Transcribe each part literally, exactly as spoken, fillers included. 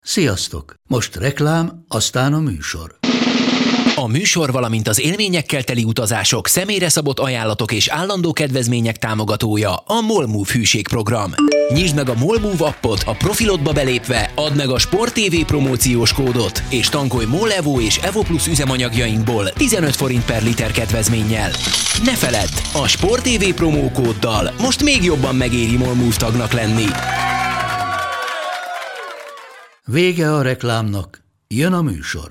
Sziasztok! Most reklám, aztán a műsor. A műsor, valamint az élményekkel teli utazások, személyre szabott ajánlatok és állandó kedvezmények támogatója a MOLMOVE hűségprogram. Nyisd meg a MOLMOVE appot, a profilodba belépve, add meg a Sport té vé promóciós kódot, és tankolj MOL Evo és Evo Plus üzemanyagjainkból tizenöt forint per liter kedvezménnyel. Ne feledd, a Sport té vé promókóddal most még jobban megéri MOLMOVE tagnak lenni. Vége a reklámnak, jön a műsor.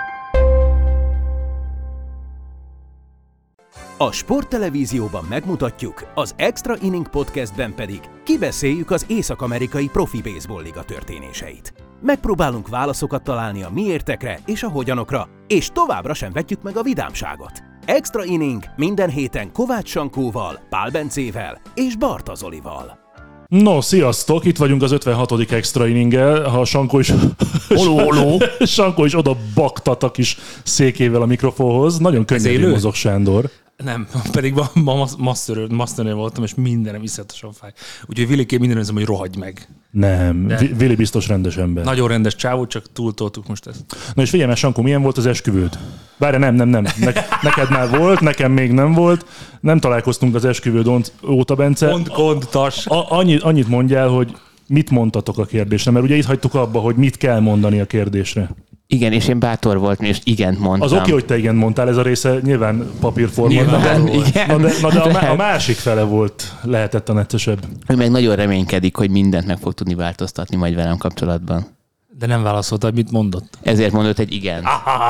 A sporttelevízióban megmutatjuk, az Extra Inning Podcastben pedig kibeszéljük az észak-amerikai profi baseball liga történéseit. Megpróbálunk válaszokat találni a miértekre és a hogyanokra, és továbbra sem vetjük meg a vidámságot. Extra Inning minden héten Kovács Sankóval, Pál Bencével és Barta Zolival. No, sziasztok! Itt vagyunk az ötvenhatodik Extra Inninggel. Ha Sankó is, Sankó is oda baktat a kis székével a mikrofonhoz. Nagyon könnyedén mozog Sándor. Nem, pedig ma, ma masternél voltam, és mindenem iszonyatosan fáj. Úgyhogy Villiké minden nézem, hogy rohagy meg. Nem, De... Vili biztos rendes ember. Nagyon rendes csávó, csak túltoltuk most ezt. Na és figyelj már, Sankó, milyen volt az esküvőd? Várj, nem, nem, nem. Ne, neked már volt, nekem még nem volt. Nem találkoztunk az esküvőd óta, Bence. Mond, kontas. A, annyit, annyit mondjál, hogy mit mondtatok a kérdésre, mert ugye itt hagytuk abba, hogy mit kell mondani a kérdésre. Igen, és én bátor voltam, és igent mondtam. Az oké, okay, hogy te igen mondtál, ez a része nyilván papírforma. Nyilván, de, igen. Na de, na de a, a másik fele volt, lehetett a neccesebb. Ő meg nagyon reménykedik, hogy mindent meg fog tudni változtatni majd velem kapcsolatban. De nem válaszolta, hogy mit mondott. Ezért mondott egy igen.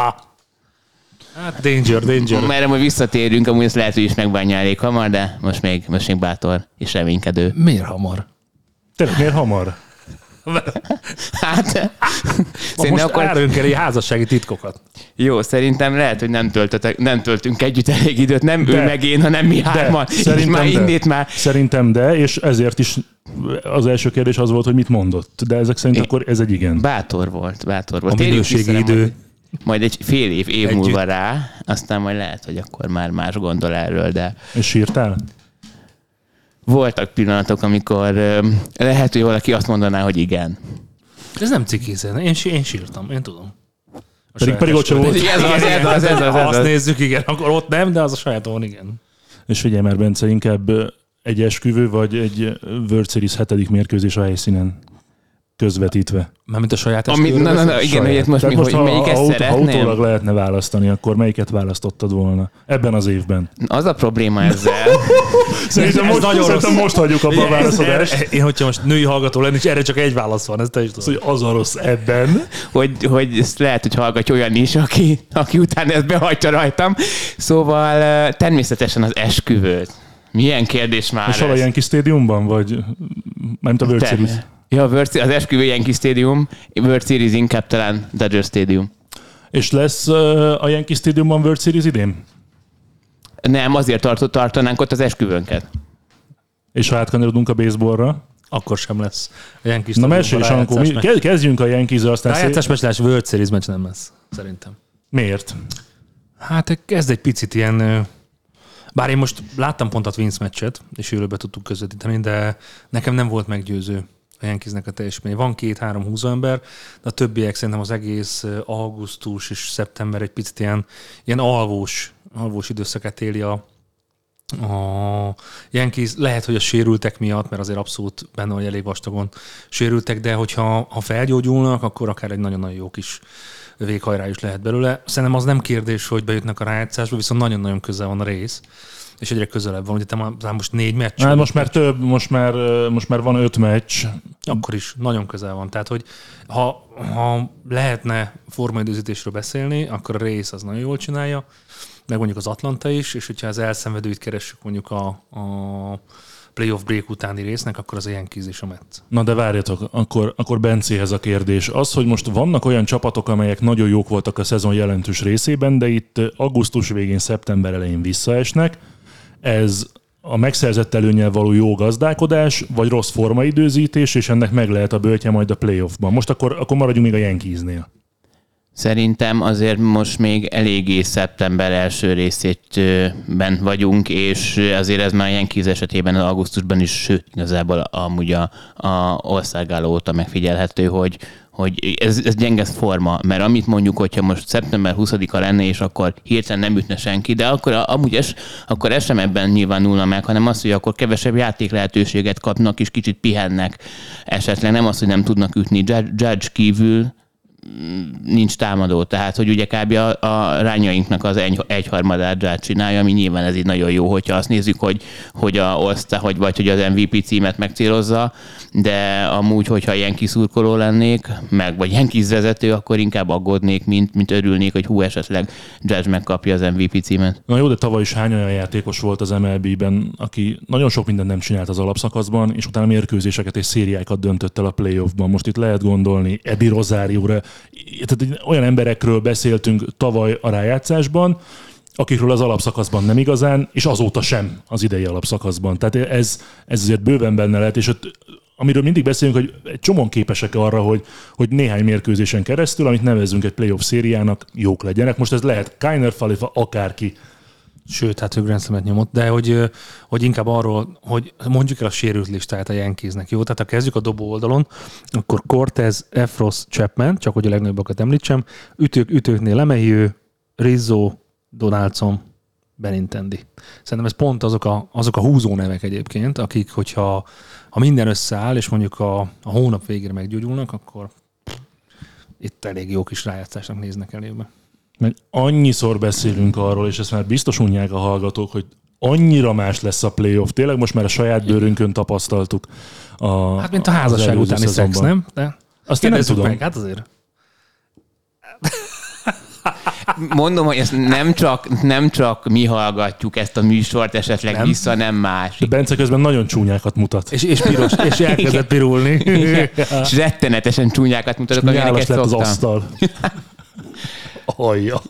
Hát danger, danger. Merre majd visszatérünk, amúgy ezt lehet, hogy is megbánja elég hamar, de most még, most még bátor és reménykedő. Miért hamar? Tényleg, miért hamar? Hát... most akkor... árulunk el egy házassági titkokat. Jó, szerintem lehet, hogy nem, töltötek, nem töltünk együtt elég időt, nem de, ő meg én, hanem mi hárman. Szerintem már de. innét már... Szerintem de, és ezért is az első kérdés az volt, hogy mit mondott. De ezek szerint é, akkor ez egy igen. Bátor volt, bátor volt. A minőségi idő. Majd, majd egy fél év, év együtt. Múlva rá, aztán majd lehet, hogy akkor már más gondol erről, de... És sírtál? Voltak pillanatok, amikor lehet, hogy valaki azt mondaná, hogy igen. Ez nem cikészen. Én, én sírtam, én tudom. Pedig, pedig ott sem volt. Ez az, ez az, ez az. Ha azt nézzük, igen, akkor ott nem, de az a sajáton igen. És figyelj már, Bence, inkább egy esküvő, vagy egy World Series hetedik mérkőzés a helyszínen közvetítve. Mármint a saját esküvőről? Na, na, na, igen, hogy most, mi, most hogy melyiket ha, szeretném. Ha utólag lehetne választani, akkor melyiket választottad volna ebben az évben? Az a probléma ezzel. Szerintem most, nagyon szerintem most hagyjuk abba a válaszadást. Én, hogyha most női hallgató lenni, és erre csak egy válasz van, ez te is tudod. Szóval az a rossz ebben. Hogy, hogy ezt lehet, hogy hallgatja olyan is, aki, aki utána ezt behagyja rajtam. Szóval természetesen az esküvőt. Milyen kérdés már és ez? És a Yankee Stadiumban, vagy mármint a World Series? Ja, az esküvő Yankee Stadium, World Series inkább talán Dodger Stadium. És lesz a Yankee Stadiumban World Series idén? Nem, azért tartott, tartanánk ott az esküvőnket. És ha átkanyarodunk a baseballra? Akkor sem lesz. A Yankee Na mesélj, Sankó, kezdjünk a Yankees-zel, aztán... Rájátszás meccs, World Series meccs nem lesz, szerintem. Miért? Hát kezd egy picit ilyen... Bár én most láttam pont a Twins meccset, és élőbe tudtuk közvetíteni, de nekem nem volt meggyőző a Yankeesnek a teljesítmény. Van két-három húzóember, de a többiek szerintem az egész augusztus és szeptember egy picit ilyen, ilyen alvós, alvós időszakát éli a, a Yankees. Lehet, hogy a sérültek miatt, mert azért abszolút benne, hogy elég vastagon sérültek, de hogyha ha felgyógyulnak, akkor akár egy nagyon-nagyon jó kis véghajrá is lehet belőle. Szerintem az nem kérdés, hogy bejutnak a rájátszásba, viszont nagyon-nagyon közel van a rész, és egyre közelebb van. Ugye te most négy meccs. Hát most már több, most már, most már van öt meccs. Akkor is nagyon közel van. Tehát, hogy ha, ha lehetne formaidőzítésről beszélni, akkor a rész az nagyon jól csinálja, meg mondjuk az Atlanta is, és hogyha az elszenvedőit keressük mondjuk a, a playoff break utáni résznek, akkor az a Yankees és a Mets. Na de várjatok, akkor, akkor Bencéhez a kérdés. Az, hogy most vannak olyan csapatok, amelyek nagyon jók voltak a szezon jelentős részében, de itt augusztus végén, szeptember elején visszaesnek, ez a megszerzett előnnyel való jó gazdálkodás, vagy rossz formaidőzítés, és ennek meg lehet a böltje majd a playoffban. Most akkor, akkor maradjunk még a Yankeesnél. Szerintem azért most még eléggé szeptember első részében vagyunk, és azért ez már a Yankees esetében az augusztusban is, sőt, igazából amúgy a, a országálló óta megfigyelhető, hogy, hogy ez, ez gyenge forma, mert amit mondjuk, hogyha most szeptember huszadika lenne, és akkor hirtelen nem ütne senki, de akkor amúgy ez, akkor ez sem ebben nyilvánulna meg, hanem az, hogy akkor kevesebb játék lehetőséget kapnak, és kicsit pihennek esetleg, nem az, hogy nem tudnak ütni. Judge kívül nincs támadó, tehát hogy ugye kb. a, a rányainknak az egy, egyharmadát Judge csinálja, ami nyilván ez így nagyon jó, hogyha azt nézzük, hogy, hogy a All-Star, hogy vagy hogy az em vé pé címet megcélozza, de amúgy, hogyha Yankee szurkoló lennék, meg vagy Yankees vezető, akkor inkább aggódnék, mint, mint örülnék, hogy hú, esetleg Judge megkapja az em vé pé címet. Na jó, de tavaly is hány olyan játékos volt az em el bé-ben, aki nagyon sok mindent nem csinált az alapszakaszban, és utána mérkőzéseket és szériákat döntött el a playoffban. Most itt lehet gondolni Eddie Rosario-ra, tehát olyan emberekről beszéltünk tavaly a rájátszásban, akikről az alapszakaszban nem igazán, és azóta sem az idei alapszakaszban. Tehát ez, ez azért bőven benne lehet, és ott, amiről mindig beszélünk, hogy egy csomóan képesek arra, hogy, hogy néhány mérkőzésen keresztül, amit nevezünk egy playoff szériának, jók legyenek. Most ez lehet Kiner, Falefa, akárki. Sőt, hát ő Grand Slamet nyomott, de hogy, hogy inkább arról, hogy mondjuk el a sérült listáját a Yankeesnek, jó? Tehát ha kezdjük a dobó oldalon, akkor Cortez, Efros, Chapman, csak hogy a legnagyobbakat említsem, ütők, ütőknél LeMahieu, Rizzo, Donaldson, Benintendi. Szerintem ez pont azok a, azok a húzó nevek egyébként, akik, hogyha ha minden összeáll, és mondjuk a, a hónap végére meggyógyulnak, akkor itt elég jó kis rájátszásnak néznek elébe. Meg annyiszor beszélünk arról, és ezt már biztos unják a hallgatók, hogy annyira más lesz a playoff. Tényleg most már a saját bőrünkön tapasztaltuk. A, hát mint a házasság utáni szex, nem? De azt én nem tudom. Meg, hát azért. Mondom, hogy ezt nem csak, nem csak mi hallgatjuk ezt a műsort, esetleg nem? Vissza, nem más. De Bence közben nagyon csúnyákat mutat. És, és piros, és elkezdett pirulni. És rettenetesen csúnyákat mutatok, amilyeneket szoktam. Az asztal. Alja.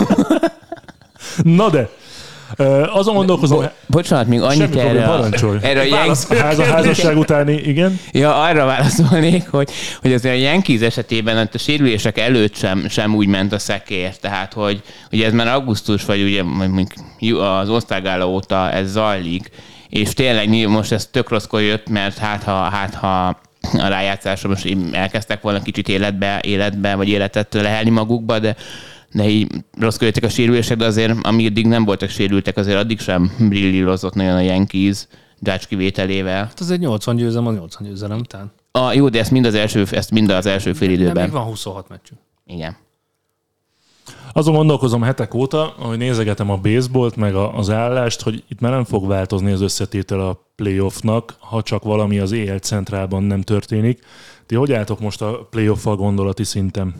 Na de, azon gondolkozom... Bo- bocsánat, még annyit erre a, erre a Yankees... A házasság utáni, igen? Ja, arra válaszolnék, hogy, hogy azért a Yankees esetében a sérülések előtt sem, sem úgy ment a szekér, tehát hogy ugye ez már augusztus, vagy ugye az osztálygála óta ez zajlik, és tényleg most ez tök rosszkor jött, mert hát ha, hát, ha a rájátszásra most elkezdtek volna kicsit életbe, életbe vagy életet lehelni magukba, de de így rosszkor jöttek a sérülések, de azért amíg nem voltak sérültek, azért addig sem brillírozott nagyon a Yankees Judge kivételével. Hát az egy nyolcvan győzelem, a nyolcvan győzelem után. A, jó, de ezt mind az első, ezt mind az első fél időben. De még van huszonhat meccsünk. Igen. Azon gondolkozom hetek óta, hogy nézegetem a baseballt, meg az állást, hogy itt már nem fog változni az összetétel a playoffnak, ha csak valami az é el centrálban nem történik. Ti hogy álltok most a playoff-val gondolati szinten?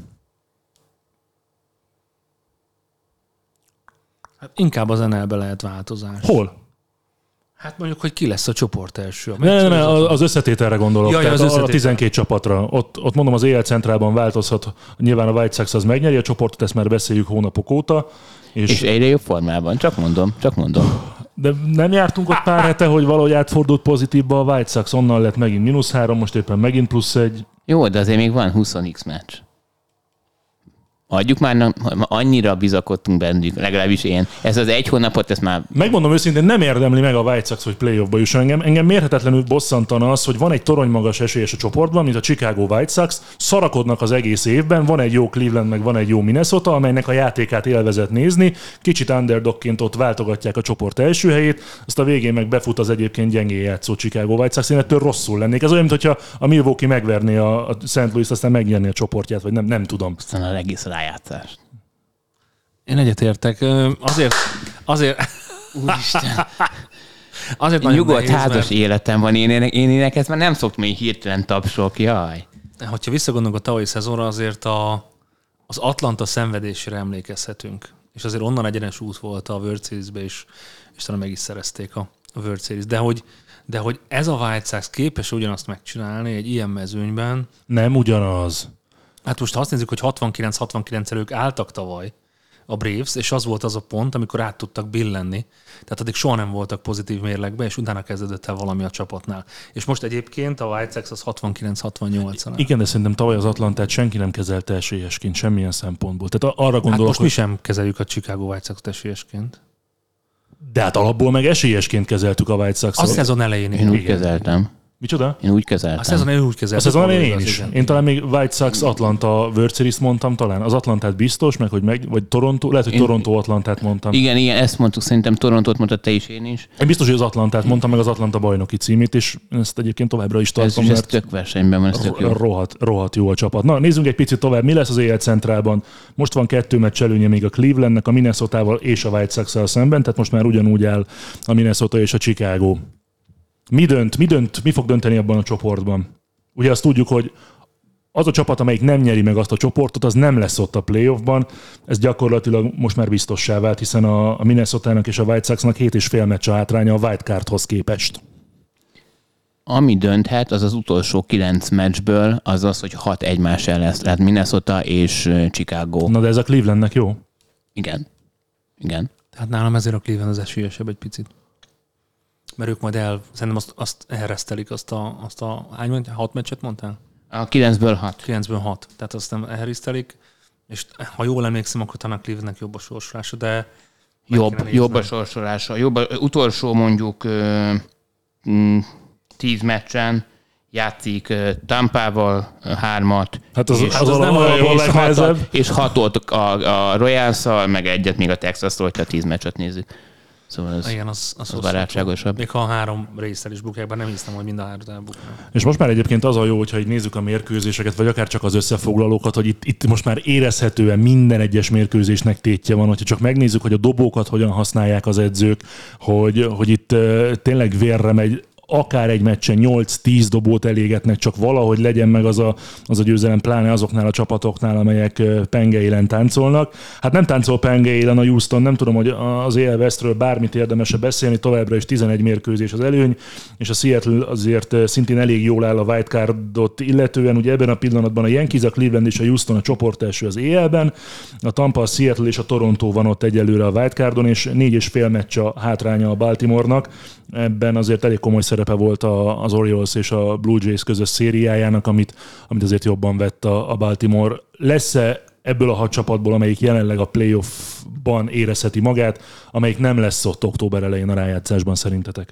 Hát inkább az en el-be lehet változás. Hol? Hát mondjuk, hogy ki lesz a csoport első. Ne, ne, ne, az összetételre gondolok. Jaj, tehát az a tizenkét csapatra. Ott, ott mondom, az é el centrálban változhat. Nyilván a White Sox az megnyeri a csoportot, ezt már beszéljük hónapok óta. És, és egyre jobb formában. Csak mondom, csak mondom. De nem jártunk ott pár hete, hogy valahogy átfordult pozitívba a White Sox, onnan lett megint mínusz három, most éppen megint plusz egy. Jó, de azért még van húsz x meccs. Adjuk már, nem, annyira bizakodtunk bennük, legalábbis én. Ez az egy hónapot, ez már... Megmondom őszintén, nem érdemli meg a White Sox, hogy playoffba jusson. Engem, engem mérhetetlenül bosszantana az, hogy van egy toronymagas esélyes a csoportban, mint a Chicago White Sox, szarakodnak az egész évben, van egy jó Cleveland, meg van egy jó Minnesota, amelynek a játékát élvezett nézni, kicsit underdogként ott váltogatják a csoport első helyét, azt a végén meg befut az egyébként gyengén játszó Chicago White Sox, én ettől rosszul lennék. Ez olyan, mintha a Milwaukee megverné a Saint Louis-t, aztán megnyerni a csoportját, vagy nem, nem tudom. Aztán a egész rájátszást. Én egyetértek. Azért... azért... Úristen. Azért nyugodt nehéz, házas mert... életem van. Én, én, én ezt már nem szoktam így hirtelen tapsok, jaj. Ha visszagondolunk a tavalyi szezonra, azért a, az Atlanta szenvedésére emlékezhetünk. És azért onnan egyenes út volt a World Series-be is, és talán meg is szerezték a World Series. De hogy, de hogy ez a White Sox képes ugyanazt megcsinálni egy ilyen mezőnyben. Nem ugyanaz. Hát most ha azt nézzük, hogy hatvankilenc hatvankilenc ők álltak tavaly, a Braves, és az volt az a pont, amikor át tudtak billenni. Tehát addig soha nem voltak pozitív mérlegbe, és utána kezdődött el valami a csapatnál. És most egyébként a White Sox az hatvankilenc hatvannyolc. Igen, de szerintem tavaly az Atlantát senki nem kezelte esélyesként semmilyen szempontból. Tehát arra gondolok, hát most hogy... mi sem kezeljük a Chicago White Sox-t esélyesként. De hát alapból meg esélyesként kezeltük a White Sox-ot. A szezon elején Én úgy kezeltem. Micsoda? Én úgy kezeltem. A szezon elején úgy kezeltem. A szezon elején én is. Igen. Én talán még White Sox Atlanta World Series-t mondtam talán. Az Atlantát biztos, meg hogy meg, vagy Toronto, lehet, hogy én... Toronto Atlantát mondtam. Igen, igen, ezt mondtuk, szerintem Torontót mondtad te is, én is. Én biztos, hogy az Atlantát mondtam, meg az Atlanta bajnoki címét, és ezt egyébként továbbra is tartom, ez, mert ez tök versenyben van, ez tök jó. Rohadt, rohadt jó a csapat. Na, nézzünk egy picit tovább. Mi lesz az á el Centrálban? Most van kettő meccs előnye még a Clevelandnek, a Minnesotával és a White Sox-szal szemben, tehát most már ugyanúgy áll a Minnesota és a Chicago. Mi dönt, mi dönt, mi fog dönteni abban a csoportban? Ugye azt tudjuk, hogy az a csapat, amelyik nem nyeri meg azt a csoportot, az nem lesz ott a playoffban. Ez gyakorlatilag most már biztossá vált, hiszen a Minnesotának és a White Soxnak hét és fél meccs a hátránya a wildcardhoz képest. Ami dönthet, az az utolsó kilenc meccsből, az az, hogy hat egymás el lesz. Tehát Minnesota és Chicago. Na de ez a Clevelandnek jó? Igen. Igen. Tehát nálam ezért a Cleveland az esélyesebb egy picit. Mert ők majd el, szerintem azt, azt elresztelik azt a, azt a hány, hat meccset mondtál? A kilencből hat. kilencből hat. Tehát azt nem elresztelik, és ha jól emlékszem, akkor talán a Clevelandnek jobb a sorsolása, de jobb, jobb a sorsolása. Jobb a, utolsó mondjuk ö, m, tíz meccsen játszik Tampával hármat, hát az, és, az, az, az nem olyan jó hatot, és hatot a, a Royals-szal, meg egyet még a Texas-tól, hogyha tíz meccset nézzük. Szóval ez, igen, az, az, az barátságosabb. Még ha a három részsel is bukják, bár nem hiszem, hogy mind a három elbuknak. És most már egyébként az a jó, hogyha így nézzük a mérkőzéseket, vagy akár csak az összefoglalókat, hogy itt, itt most már érezhetően minden egyes mérkőzésnek tétje van, hogyha csak megnézzük, hogy a dobókat hogyan használják az edzők, hogy, hogy itt uh, tényleg vérre megy, akár egy meccsen nyolc-tíz dobót elégetnek, csak valahogy legyen meg az a, az a győzelem, pláne azoknál a csapatoknál, amelyek penge élen táncolnak. Hát nem táncol penge élen a Houston, nem tudom, hogy az á el Westről bármit érdemes beszélni, továbbra is tizenegy mérkőzés az előny, és a Seattle azért szintén elég jól áll a wildcardot illetően, ugye ebben a pillanatban a Yankees, a Cleveland és a Houston a csoport első az á el-ben, a Tampa, a Seattle és a Toronto van ott egyelőre a wildcardon, és négy és fél meccs a hátránya a Baltimore-nak. Ebben azért elég komoly szerepe volt az Orioles és a Blue Jays közös szériájának, amit, amit azért jobban vett a, a Baltimore. Lesz-e ebből a hat csapatból, amelyik jelenleg a playoffban érezheti magát, amelyik nem lesz ott október elején a rájátszásban szerintetek?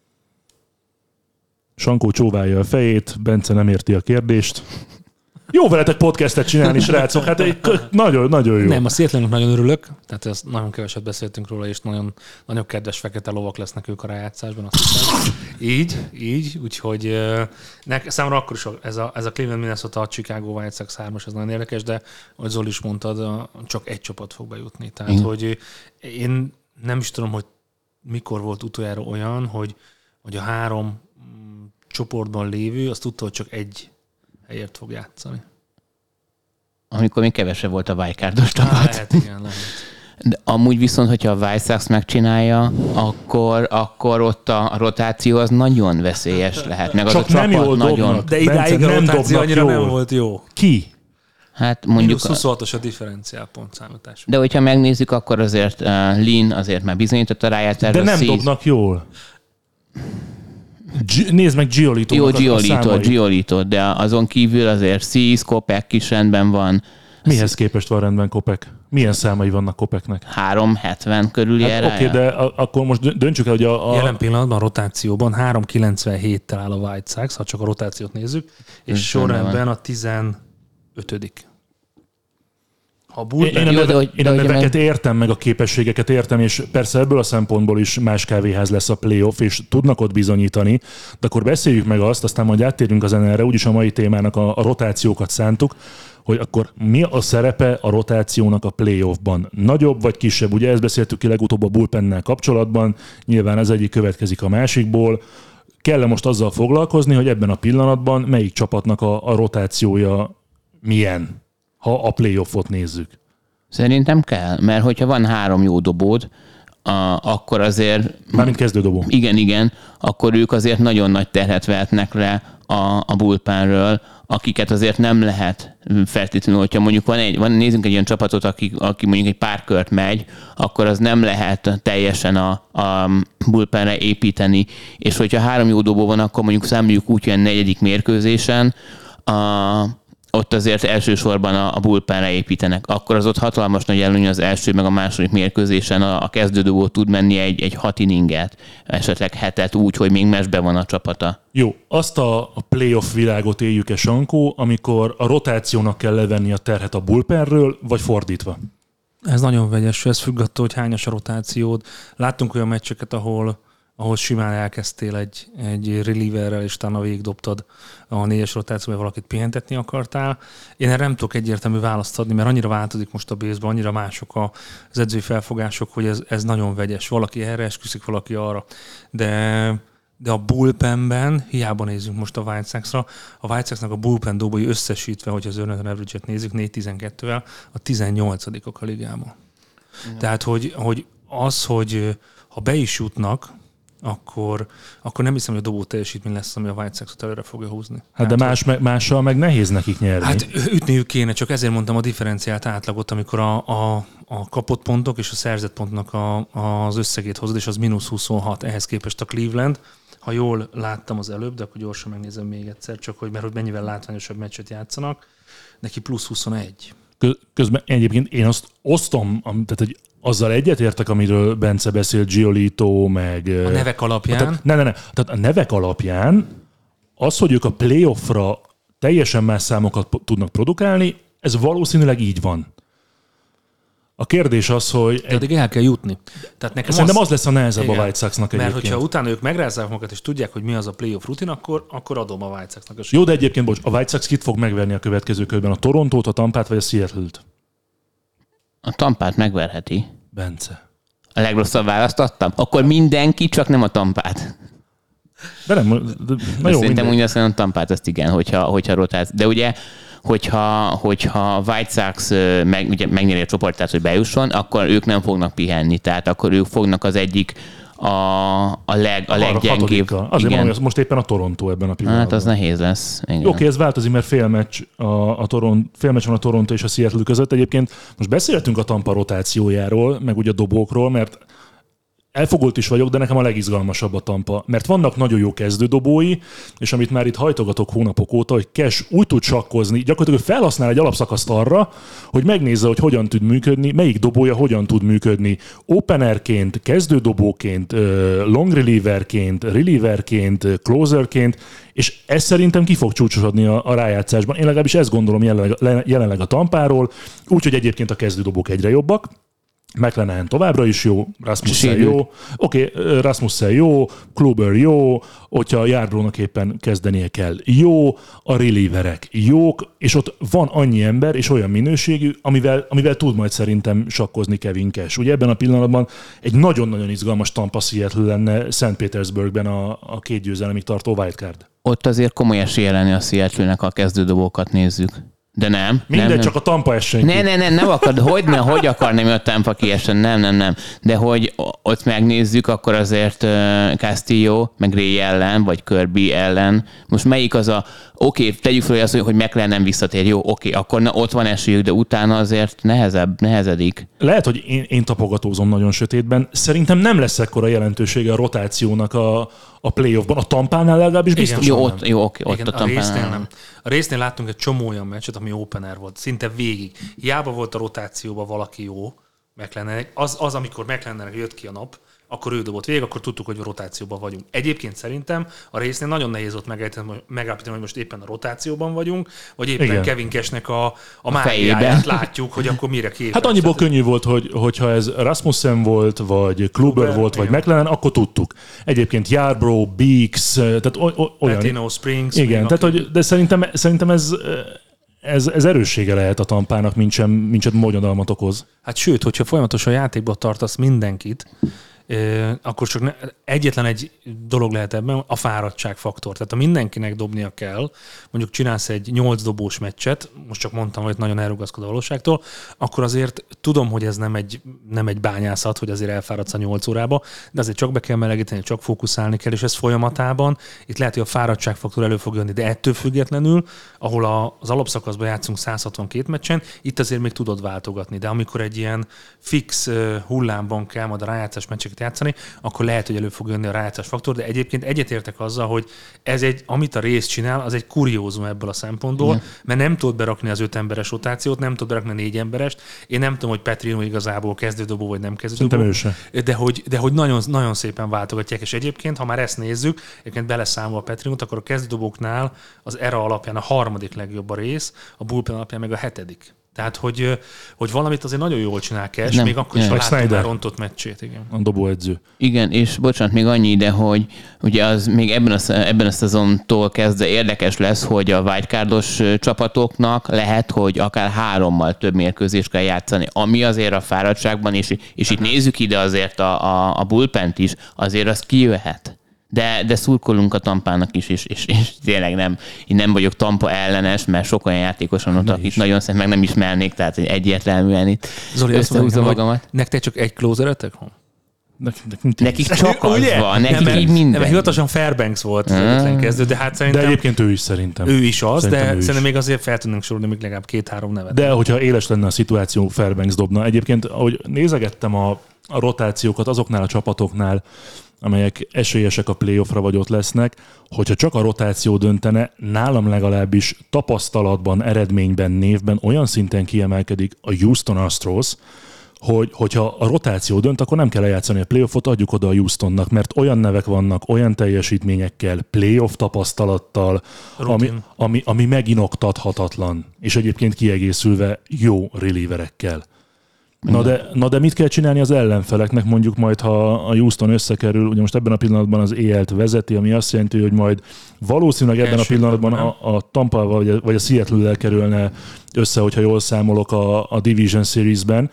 Sankó csóválja a fejét, Bence nem érti a kérdést. Jó veletek podcastet csinálni, srácok, hát egy, nagyon, nagyon jó. Nem, a Seattle-nek nagyon örülök, tehát ezt nagyon keveset beszéltünk róla, és nagyon, nagyon kedves fekete lovak lesznek ők a rájátszásban, azt hiszem. Így, így, úgyhogy nek, számomra akkor is ez a, ez a Cleveland, Minnesota, a Chicago White Sox hármas, ez nagyon érdekes, de ahogy Zoli is mondtad, csak egy csapat fog bejutni. Tehát, mm. hogy én nem is tudom, hogy mikor volt utoljára olyan, hogy, hogy a három csoportban lévő, azt tudta, hogy csak egy helyért fog játszani. Amikor még kevesebb volt a wildcardos csapat. Lehet, igen, lehet. De amúgy viszont, hogyha a White Sox megcsinálja, akkor, akkor ott a rotáció az nagyon veszélyes lehet. Meg az csak a csapat nem jól nagyon... Dobnak. De idáig a rotáció annyira jól. Nem volt jó. Ki? Hát mondjuk... huszonhatos a differenciál pontszámítás. De hogyha megnézzük, akkor azért uh, Lin azért már bizonyított a rájátszásra. De nem szíz... dobnak jól. G- nézd meg Giolito-nak Jó, Giolito, Giolito, de azon kívül azért Szíz, Kopek is rendben van. Mihez képest van rendben Kopek? Milyen számai vannak Kopeknek? három hetven körüli hát erája. Oké, okay, de a, akkor most döntsük el, hogy a... a... Jelen pillanatban a rotációban három kilencvenhéttel áll a White Sox, ha csak a rotációt nézzük, és sorrendben a tizenötödik. A én, én a, neve, hogy, én a neveket meg... értem, meg a képességeket értem, és persze ebből a szempontból is más kávéház lesz a playoff, és tudnak ott bizonyítani, de akkor beszéljük meg azt, aztán majd áttérünk az en el-re, úgyis a mai témának a, a rotációkat szántuk, hogy akkor mi a szerepe a rotációnak a playoffban? Nagyobb vagy kisebb? Ugye ezt beszéltük ki legutóbb a bullpennel kapcsolatban, nyilván az egyik következik a másikból. Kell most azzal foglalkozni, hogy ebben a pillanatban melyik csapatnak a, a rotációja milyen? Ha a playoffot nézzük. Szerintem kell, mert hogyha van három jó dobód, a, akkor azért... Mármint kezdődobó. Igen, igen, akkor ők azért nagyon nagy terhet vehetnek le a, a bullpenről, akiket azért nem lehet feltétlenül, hogyha mondjuk van egy, van, nézzünk egy olyan csapatot, aki, aki mondjuk egy pár kört megy, akkor az nem lehet teljesen a, a bullpenre építeni, és hogyha három jó dobó van, akkor mondjuk számoljuk úgy, hogy a negyedik mérkőzésen a, ott azért elsősorban a, a bullpenre építenek. Akkor az ott hatalmas nagy előny az első meg a második mérkőzésen a, a kezdődobó tud menni egy, egy hat inninget, esetleg hetet úgy, hogy még meccsben van a csapata. Jó, azt a, a playoff világot éljük-e, Sankó, amikor a rotációnak kell levenni a terhet a bullpenről, vagy fordítva? Ez nagyon vegyes, ez függ attól, hogy hányas a rotációd. Láttunk olyan meccseket, ahol ahol simán elkezdtél egy, egy relieverrel, és utána végig dobtad a négyes rotációban, valakit pihentetni akartál. Én erre nem tudok egyértelmű választ adni, mert annyira változik most a baseball, annyira mások az edzői felfogások, hogy ez, ez nagyon vegyes. Valaki erre esküszik, valaki arra. De, de a bullpenben, hiába nézzünk most a White Sox-ra, a White Sox-nak a bullpen dobói összesítve, hogyha az earned average-et nézzük, négy tizenkettővel, a tizennyolcadikok a ligában. Ja. Tehát, hogy, hogy az, hogy ha be is jutnak, akkor, akkor nem hiszem, hogy a dobó teljesítmény lesz, ami a White Sox-ot előre fogja húzni. Hát de más, hogy... mással meg nehéz nekik nyerni. Hát ütniük kéne, csak ezért mondtam a differenciált átlagot, amikor a, a, a kapott pontok és a szerzett pontnak a, az összegét hozod, és az mínusz huszonhat, ehhez képest a Cleveland. Ha jól láttam az előbb, de akkor gyorsan megnézem még egyszer, csak hogy mert hogy mennyivel látványosabb meccset játszanak, neki plusz huszonegy. Közben egyébként én azt osztom, tehát hogy azzal egyetértek, amiről Bence beszélt, Giolito, meg... A nevek alapján? Tehát, ne, ne, ne. Tehát a nevek alapján az, hogy ők a playoffra teljesen más számokat tudnak produkálni, ez valószínűleg így van. A kérdés az, hogy... De addig el kell jutni. Tehát nekem szerintem az, az lesz a nehezebb igen, a White Sox-nak egyébként. Mert hogyha utána ők megrázzák magukat, és tudják, hogy mi az a playoff rutin, akkor, akkor adom a White Sox-nak a Jó, de egyébként, bocs, a White Sox kit fog megverni a következő körben? A Torontót, a Tampát vagy a Seattle-t? A Tampát megverheti. Bence. A legrosszabb választ adtam? Akkor mindenki, csak nem a Tampát. De nem, de, na jó, szerintem úgy azt mondom, a Tampát, azt igen, hogyha, hogyha rotálsz. De ugye, hogyha, hogyha White Sox meg, ugye megnyeri a csoportát, hogy bejusson, akkor ők nem fognak pihenni. Tehát akkor ők fognak az egyik a, a, leg, a leggyengébb. Azért mondom, hogy most éppen a Toronto ebben a pillanatban. Hát az nehéz lesz. Oké, okay, ez változik, mert fél meccs, a, a Toron, fél meccs van a Toronto és a Seattle között. Egyébként most beszéltünk a Tampa rotációjáról, meg ugye a dobókról, mert elfogult is vagyok, de nekem a legizgalmasabb a Tampa. Mert vannak nagyon jó kezdődobói, és amit már itt hajtogatok hónapok óta, hogy Cash úgy tud sakkozni, gyakorlatilag felhasznál egy alapszakaszt arra, hogy megnézze, hogy hogyan tud működni, melyik dobója hogyan tud működni. Openerként, kezdődobóként, long relieverként, relieverként, closerként, és ez szerintem ki fog csúcsosodni a, a rájátszásban. Én legalábbis ezt gondolom jelenleg, jelenleg a Tampáról, úgyhogy egyébként a kezdődobók egyre jobbak. McLennan továbbra is jó, Rasmussen jó, oké, okay, Rasmussen jó, Kluber jó, hogyha Yarbrough-nak éppen kezdenie kell. Jó, a relieverek jók, és ott van annyi ember és olyan minőségű, amivel, amivel tud majd szerintem sakkozni Kevin Cash. Ugye ebben a pillanatban egy nagyon-nagyon izgalmas Tampa Seattle lenne Szent Petersburgben a, a két győzelemig tartó wildcard. Ott azért komoly esélye lenni a Seattle-nek, a kezdődobókat nézzük. De nem. Mindegy, nem, csak nem. a Tampa essen. Ne, ne, ne, nem akar, hogy ne, hogy akarnám, hogy a Tampa kiessen, nem, nem, nem. De hogy ott megnézzük, akkor azért uh, Castillo, meg Ray ellen, vagy Kirby ellen, most melyik az a, oké, okay, tegyük fel azt, hogy McLaren nem visszatér, jó, oké, okay, akkor na, ott van esélyük, de utána azért nehezebb, nehezedik. Lehet, hogy én, én tapogatózom nagyon sötétben. Szerintem nem lesz ekkora jelentősége a rotációnak a, a playoffban. A Tampánál legalábbis biztosan jó, nem. ott, jó, oké, ott igen, a Tampánál. A résznél nem. A résznél láttunk egy csomó olyan meccset, ami opener volt, szinte végig. Hiába volt a rotációban valaki jó, McLennan, az, az, amikor McLennannek jött ki a nap, akkor ő dobott végig, akkor tudtuk, hogy a rotációban vagyunk. Egyébként szerintem a résznél nagyon nehéz ott megállapítani, hogy most éppen a rotációban vagyunk, vagy éppen igen. Kevin Cashnek a, a mágiáját látjuk, hogy akkor mire képes. Hát annyiból könnyű volt, hogy, hogyha ez Rasmussen volt, vagy Kluber, Kluber volt, igen. vagy McLennan, akkor tudtuk. Egyébként Yarbrough, Beeks, tehát olyan... Patino, Springs. Igen, tehát, hogy, de szerintem, szerintem ez... Ez, ez erőssége lehet a Tampának, mint sem, mint sem bonyodalmat okoz. Hát sőt, hogyha folyamatosan játékba tartasz mindenkit, akkor csak ne, egyetlen egy dolog lehet ebben, a fáradtságfaktor. Tehát ha mindenkinek dobnia kell, mondjuk csinálsz egy nyolc dobós meccset, most csak mondtam, hogy nagyon elrugaszkod a valóságtól, akkor azért tudom, hogy ez nem egy, nem egy bányászat, hogy azért elfáradsz a nyolc órába, de azért csak be kell melegíteni, csak fókuszálni kell, és ez folyamatában, itt lehet, hogy a fáradtságfaktor elő fog jönni, de ettől függetlenül, ahol a, az alapszakaszban játszunk száz hatvankét meccsen, itt azért még tudod váltogatni, de amikor egy ilyen fix hullámban kell majd a rájátszás meccseket játszani, akkor lehet, hogy elő fog jönni a rájátszás faktor, de egyébként egyetértek azzal, hogy ez egy, amit a rész csinál, az egy kuriózum ebből a szempontból, igen. Mert nem tudod berakni az öt emberes rotációt, nem tudod berakni a négy emberest. Én nem tudom, hogy Petrino igazából kezdődobó vagy nem kezdődobó. De hogy, de hogy nagyon, nagyon szépen váltogatják, és egyébként, ha már ezt nézzük, egyébként beleszámol a Petrinót, akkor a kezdődobóknál az era alapján a harmadik legjobb a rész, a bullpen alapján meg a hetedik. Tehát, hogy, hogy valamit azért nagyon jól csinál Cash, nem, még akkor is, ha láttuk már rontott meccsét. Igen. A dobóedző. Igen, és bocsánat, még annyi ide, hogy ugye az még ebben a, ebben a szezontól kezdve érdekes lesz, hogy a wildcardos csapatoknak lehet, hogy akár hárommal több mérkőzést kell játszani, ami azért a fáradtságban, és, és itt nézzük ide azért a, a, a bullpent is, azért az kijöhet. De, de szurkolunk a Tampának is, és, és, és tényleg nem, én nem vagyok Tampa ellenes, mert sok olyan játékos van ott, akit nagyon szent meg nem ismernék, tehát egyértelműen itt Zoli, összehúzom magamat. Nektek csak egy closeretek van? Nekik, nekik csak az ugye? Van, nekik nem, így minden. Nem, hivatalosan Fairbanks volt az egyetlen kezdő, de hát szerintem... De egyébként ő is szerintem. Ő is az, szerintem de szerintem is. Még azért fel tudnánk sorolni még legalább két-három nevet. De hogyha éles lenne a szituáció, Fairbanks dobna. Egyébként, ahogy nézegettem a, a rotációkat azoknál a csapatoknál, amelyek esélyesek a playoffra vagy ott lesznek, hogyha csak a rotáció döntene, nálam legalábbis tapasztalatban, eredményben, névben olyan szinten kiemelkedik a Houston Astros, hogy, hogyha a rotáció dönt, akkor nem kell eljátszani a playoffot, adjuk oda a Houstonnak, mert olyan nevek vannak, olyan teljesítményekkel, playoff tapasztalattal, ami, ami, ami meginoktathatatlan, és egyébként kiegészülve jó relieverekkel. Na de, na de mit kell csinálni az ellenfeleknek, mondjuk majd, ha a Houston összekerül, ugye most ebben a pillanatban az é el-t vezeti, ami azt jelenti, hogy majd valószínűleg ebben Első a pillanatban a, a Tampa vagy a, vagy a Seattle-del kerülne össze, hogyha jól számolok a, a Division Series-ben.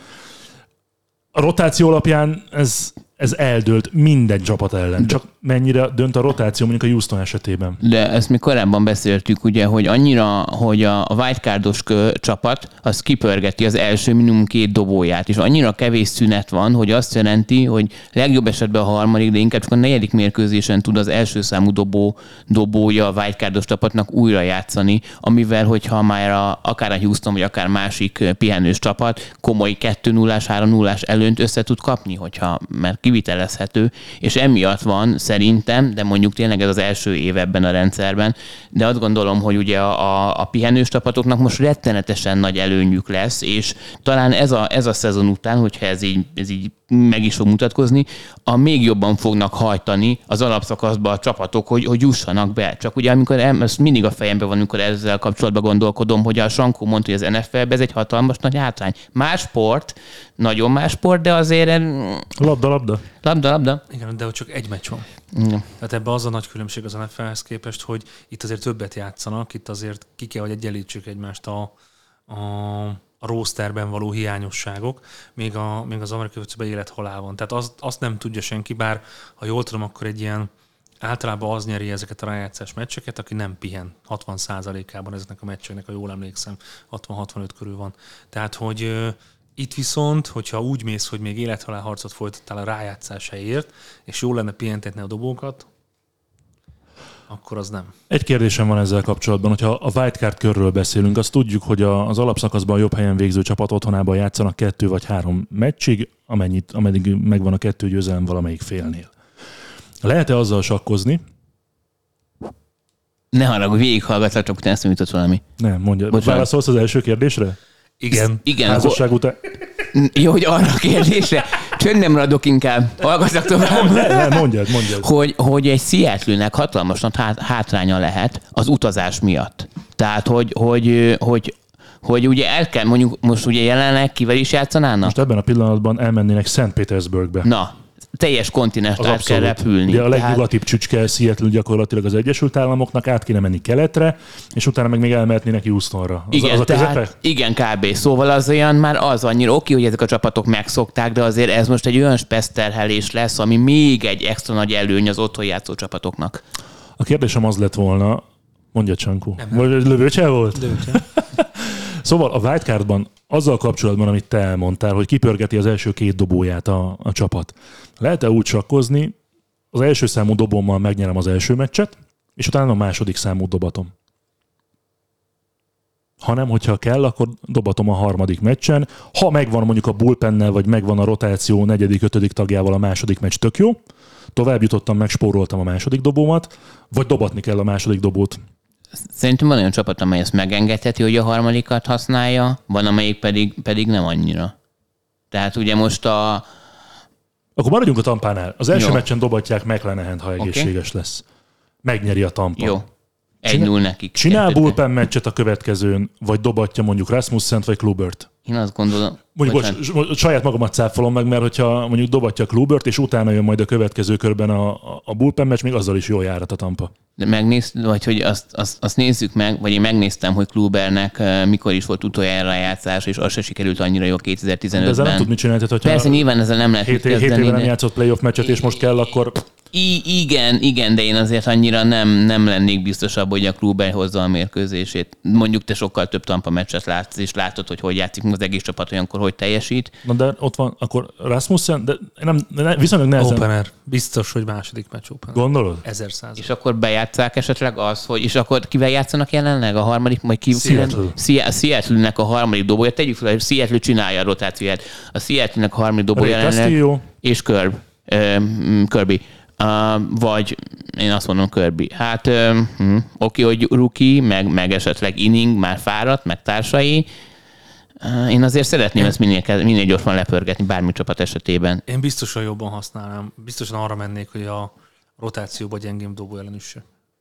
A rotáció alapján ez, ez eldőlt minden csapat ellen. Csak mennyire dönt a rotáció mondjuk a Houston esetében. De ezt mi korábban beszéltük, ugye, hogy annyira, hogy a wildcardos csapat az kipörgeti az első minimum két dobóját, és annyira kevés szünet van, hogy azt jelenti, hogy legjobb esetben a harmadik, de inkább csak a negyedik mérkőzésen tud az első számú dobó, dobója a wildcardos csapatnak újra játszani, amivel, hogyha már a, akár a Houston, vagy akár másik pihenős csapat komoly kettő nullás, három nullás előnyt össze tud kapni, hogyha mert kivitelezhető, és emiatt van szerintem, de mondjuk tényleg ez az első év ebben a rendszerben, de azt gondolom, hogy ugye a, a, a pihenős csapatoknak most rettenetesen nagy előnyük lesz, és talán ez a, ez a szezon után, hogyha ez így, ez így meg is fog mutatkozni, a még jobban fognak hajtani az alapszakaszba a csapatok, hogy, hogy jussanak be. Csak ugye amikor ez mindig a fejemben van, amikor ezzel kapcsolatban gondolkodom, hogy a Sankó mondta, hogy az en ef el-ben ez egy hatalmas nagy hátrány. Más sport, nagyon más sport, de azért... Labda, labda. Labda, labda. Igen, de ott csak egy meccs van. Igen. Tehát ebben az a nagy különbség az en ef el-hez képest, hogy itt azért többet játszanak, itt azért ki kell, hogy egyenlítsük egymást a, a a rosterben való hiányosságok, még, a, még az amerikai fociciban élet-halál van. Tehát azt, azt nem tudja senki, bár ha jól tudom, akkor egy ilyen általában az nyeri ezeket a rájátszás meccseket, aki nem pihen hatvan százalékában ezeknek a meccseknek, ha jól emlékszem, hatvan-hatvanöt körül van. Tehát, hogy uh, itt viszont, hogyha úgy mész, hogy még élet-halál harcot folytattál a rájátszás helyért, és jól lenne pihentetni a dobókat, akkor az nem. Egy kérdésem van ezzel kapcsolatban, hogyha a wildcard körről beszélünk, azt tudjuk, hogy az alapszakaszban a jobb helyen végző csapat otthonában játszanak kettő vagy három meccsig, amennyit, ameddig megvan a kettő győzelem valamelyik félnél. Lehet-e azzal sakkozni? Ne haragudj, végighallgatlak, csak utána eszembe jutott valami. Nem, mondja. Bocsánat. Válaszolsz az első kérdésre? Igen. Igen. Házasság után... Jó, hogy arra a kérdésre. Csöndben maradok inkább. Hallgassak tovább. Nem, mondjad, mondjad. Hogy, hogy egy Seattle-nek hatalmas hát, hátránya lehet az utazás miatt. Tehát, hogy, hogy, hogy, hogy ugye el kell, mondjuk most ugye jelenleg kivel is játszanának? Most ebben a pillanatban elmennének Szent Petersburgbe. Na, teljes kontinens Az át kell repülni. De a legnyugatibb csücske Seattle gyakorlatilag az Egyesült Államoknak, át kéne menni keletre, és utána meg még elmehetnének Houstonra. Az, igen, az a tehát, igen, kb. Szóval az olyan már az annyira oké, hogy ezek a csapatok megszokták, de azért ez most egy olyan speszterhelés lesz, ami még egy extra nagy előny az otthon játszó csapatoknak. A kérdésem az lett volna, mondja Csankó, vagy lövőcsel volt? Lövőcsel. Szóval a wildcardban azzal kapcsolatban, amit te elmondtál, hogy kipörgeti az első két dobóját a, a csapat. Lehet-e úgy sakkozni, az első számú dobommal megnyerem az első meccset, és utána a második számú dobatom. Hanem, hogyha kell, akkor dobatom a harmadik meccsen. Ha megvan mondjuk a bullpennel, vagy megvan a rotáció negyedik, ötödik tagjával a második meccs, tök jó. Tovább jutottam, megspóroltam a második dobómat, vagy dobatni kell a második dobót. Szerintem van olyan csapat, amely ezt megengedheti, hogy a harmadikat használja, van, amelyik pedig, pedig nem annyira. Tehát ugye most a... Akkor maradjunk a Tampánál. Az első Jó. meccsen dobatják McClenahant, ha egészséges okay. lesz. Megnyeri a Tampa. Jó. egy null nekik. Csinál bullpen meccset a következőn, vagy dobatja mondjuk Rasmussent, vagy Klubert? Én azt gondolom... Mondjuk bocs, saját magamat cáfolom meg, mert hogyha mondjuk dobatja Klubert, és utána jön majd a következő körben a, a bullpen meccs, még azzal is jól járat a Tampa. De megnéz, vagy hogy azt, azt, azt nézzük meg, vagy én megnéztem, hogy Klubernek mikor is volt utoljára rájátszás, és az se sikerült annyira jó kétezer-tizenötben. De ezzel nem tud mit csinálni, tehát hogyha persze, nyilván ezzel nem lehet hét, hét éve nem játszott playoff meccset, és most kell, akkor... I- igen, igen, de én azért annyira nem, nem lennék biztosabb, hogy a Kluber hozza a mérkőzését. Mondjuk te sokkal több Tampa meccset látsz, és látod, hogy hogy játszik az egész csapat olyankor, hogy teljesít. Na de ott van akkor Rasmussen, de nem, nem viszonylag nehezen... Opener. Biztos, hogy második meccs opener. Gondolod? Ezer százalék. És akkor bejátszák esetleg az, hogy... És akkor kivel játszanak jelenleg? A harmadik, majd ki... Seattle. Seattle-nek a harmadik dobója. Tegyük fel, hogy Seattle csinálja a rotációját. A Seattle-nek a harmadik dobója jelenleg... És Kirby. Uh, Kirby. Uh, vagy én azt mondom Kirby. Hát uh, hm, oké, hogy rookie, meg, meg esetleg inning, már fáradt, meg társai. Uh, én azért szeretném ezt minél, minél gyorsan lepörgetni bármi csapat esetében. Én biztosan jobban használnám. Biztosan arra mennék, hogy a rotációba gyengém dobó ellen is.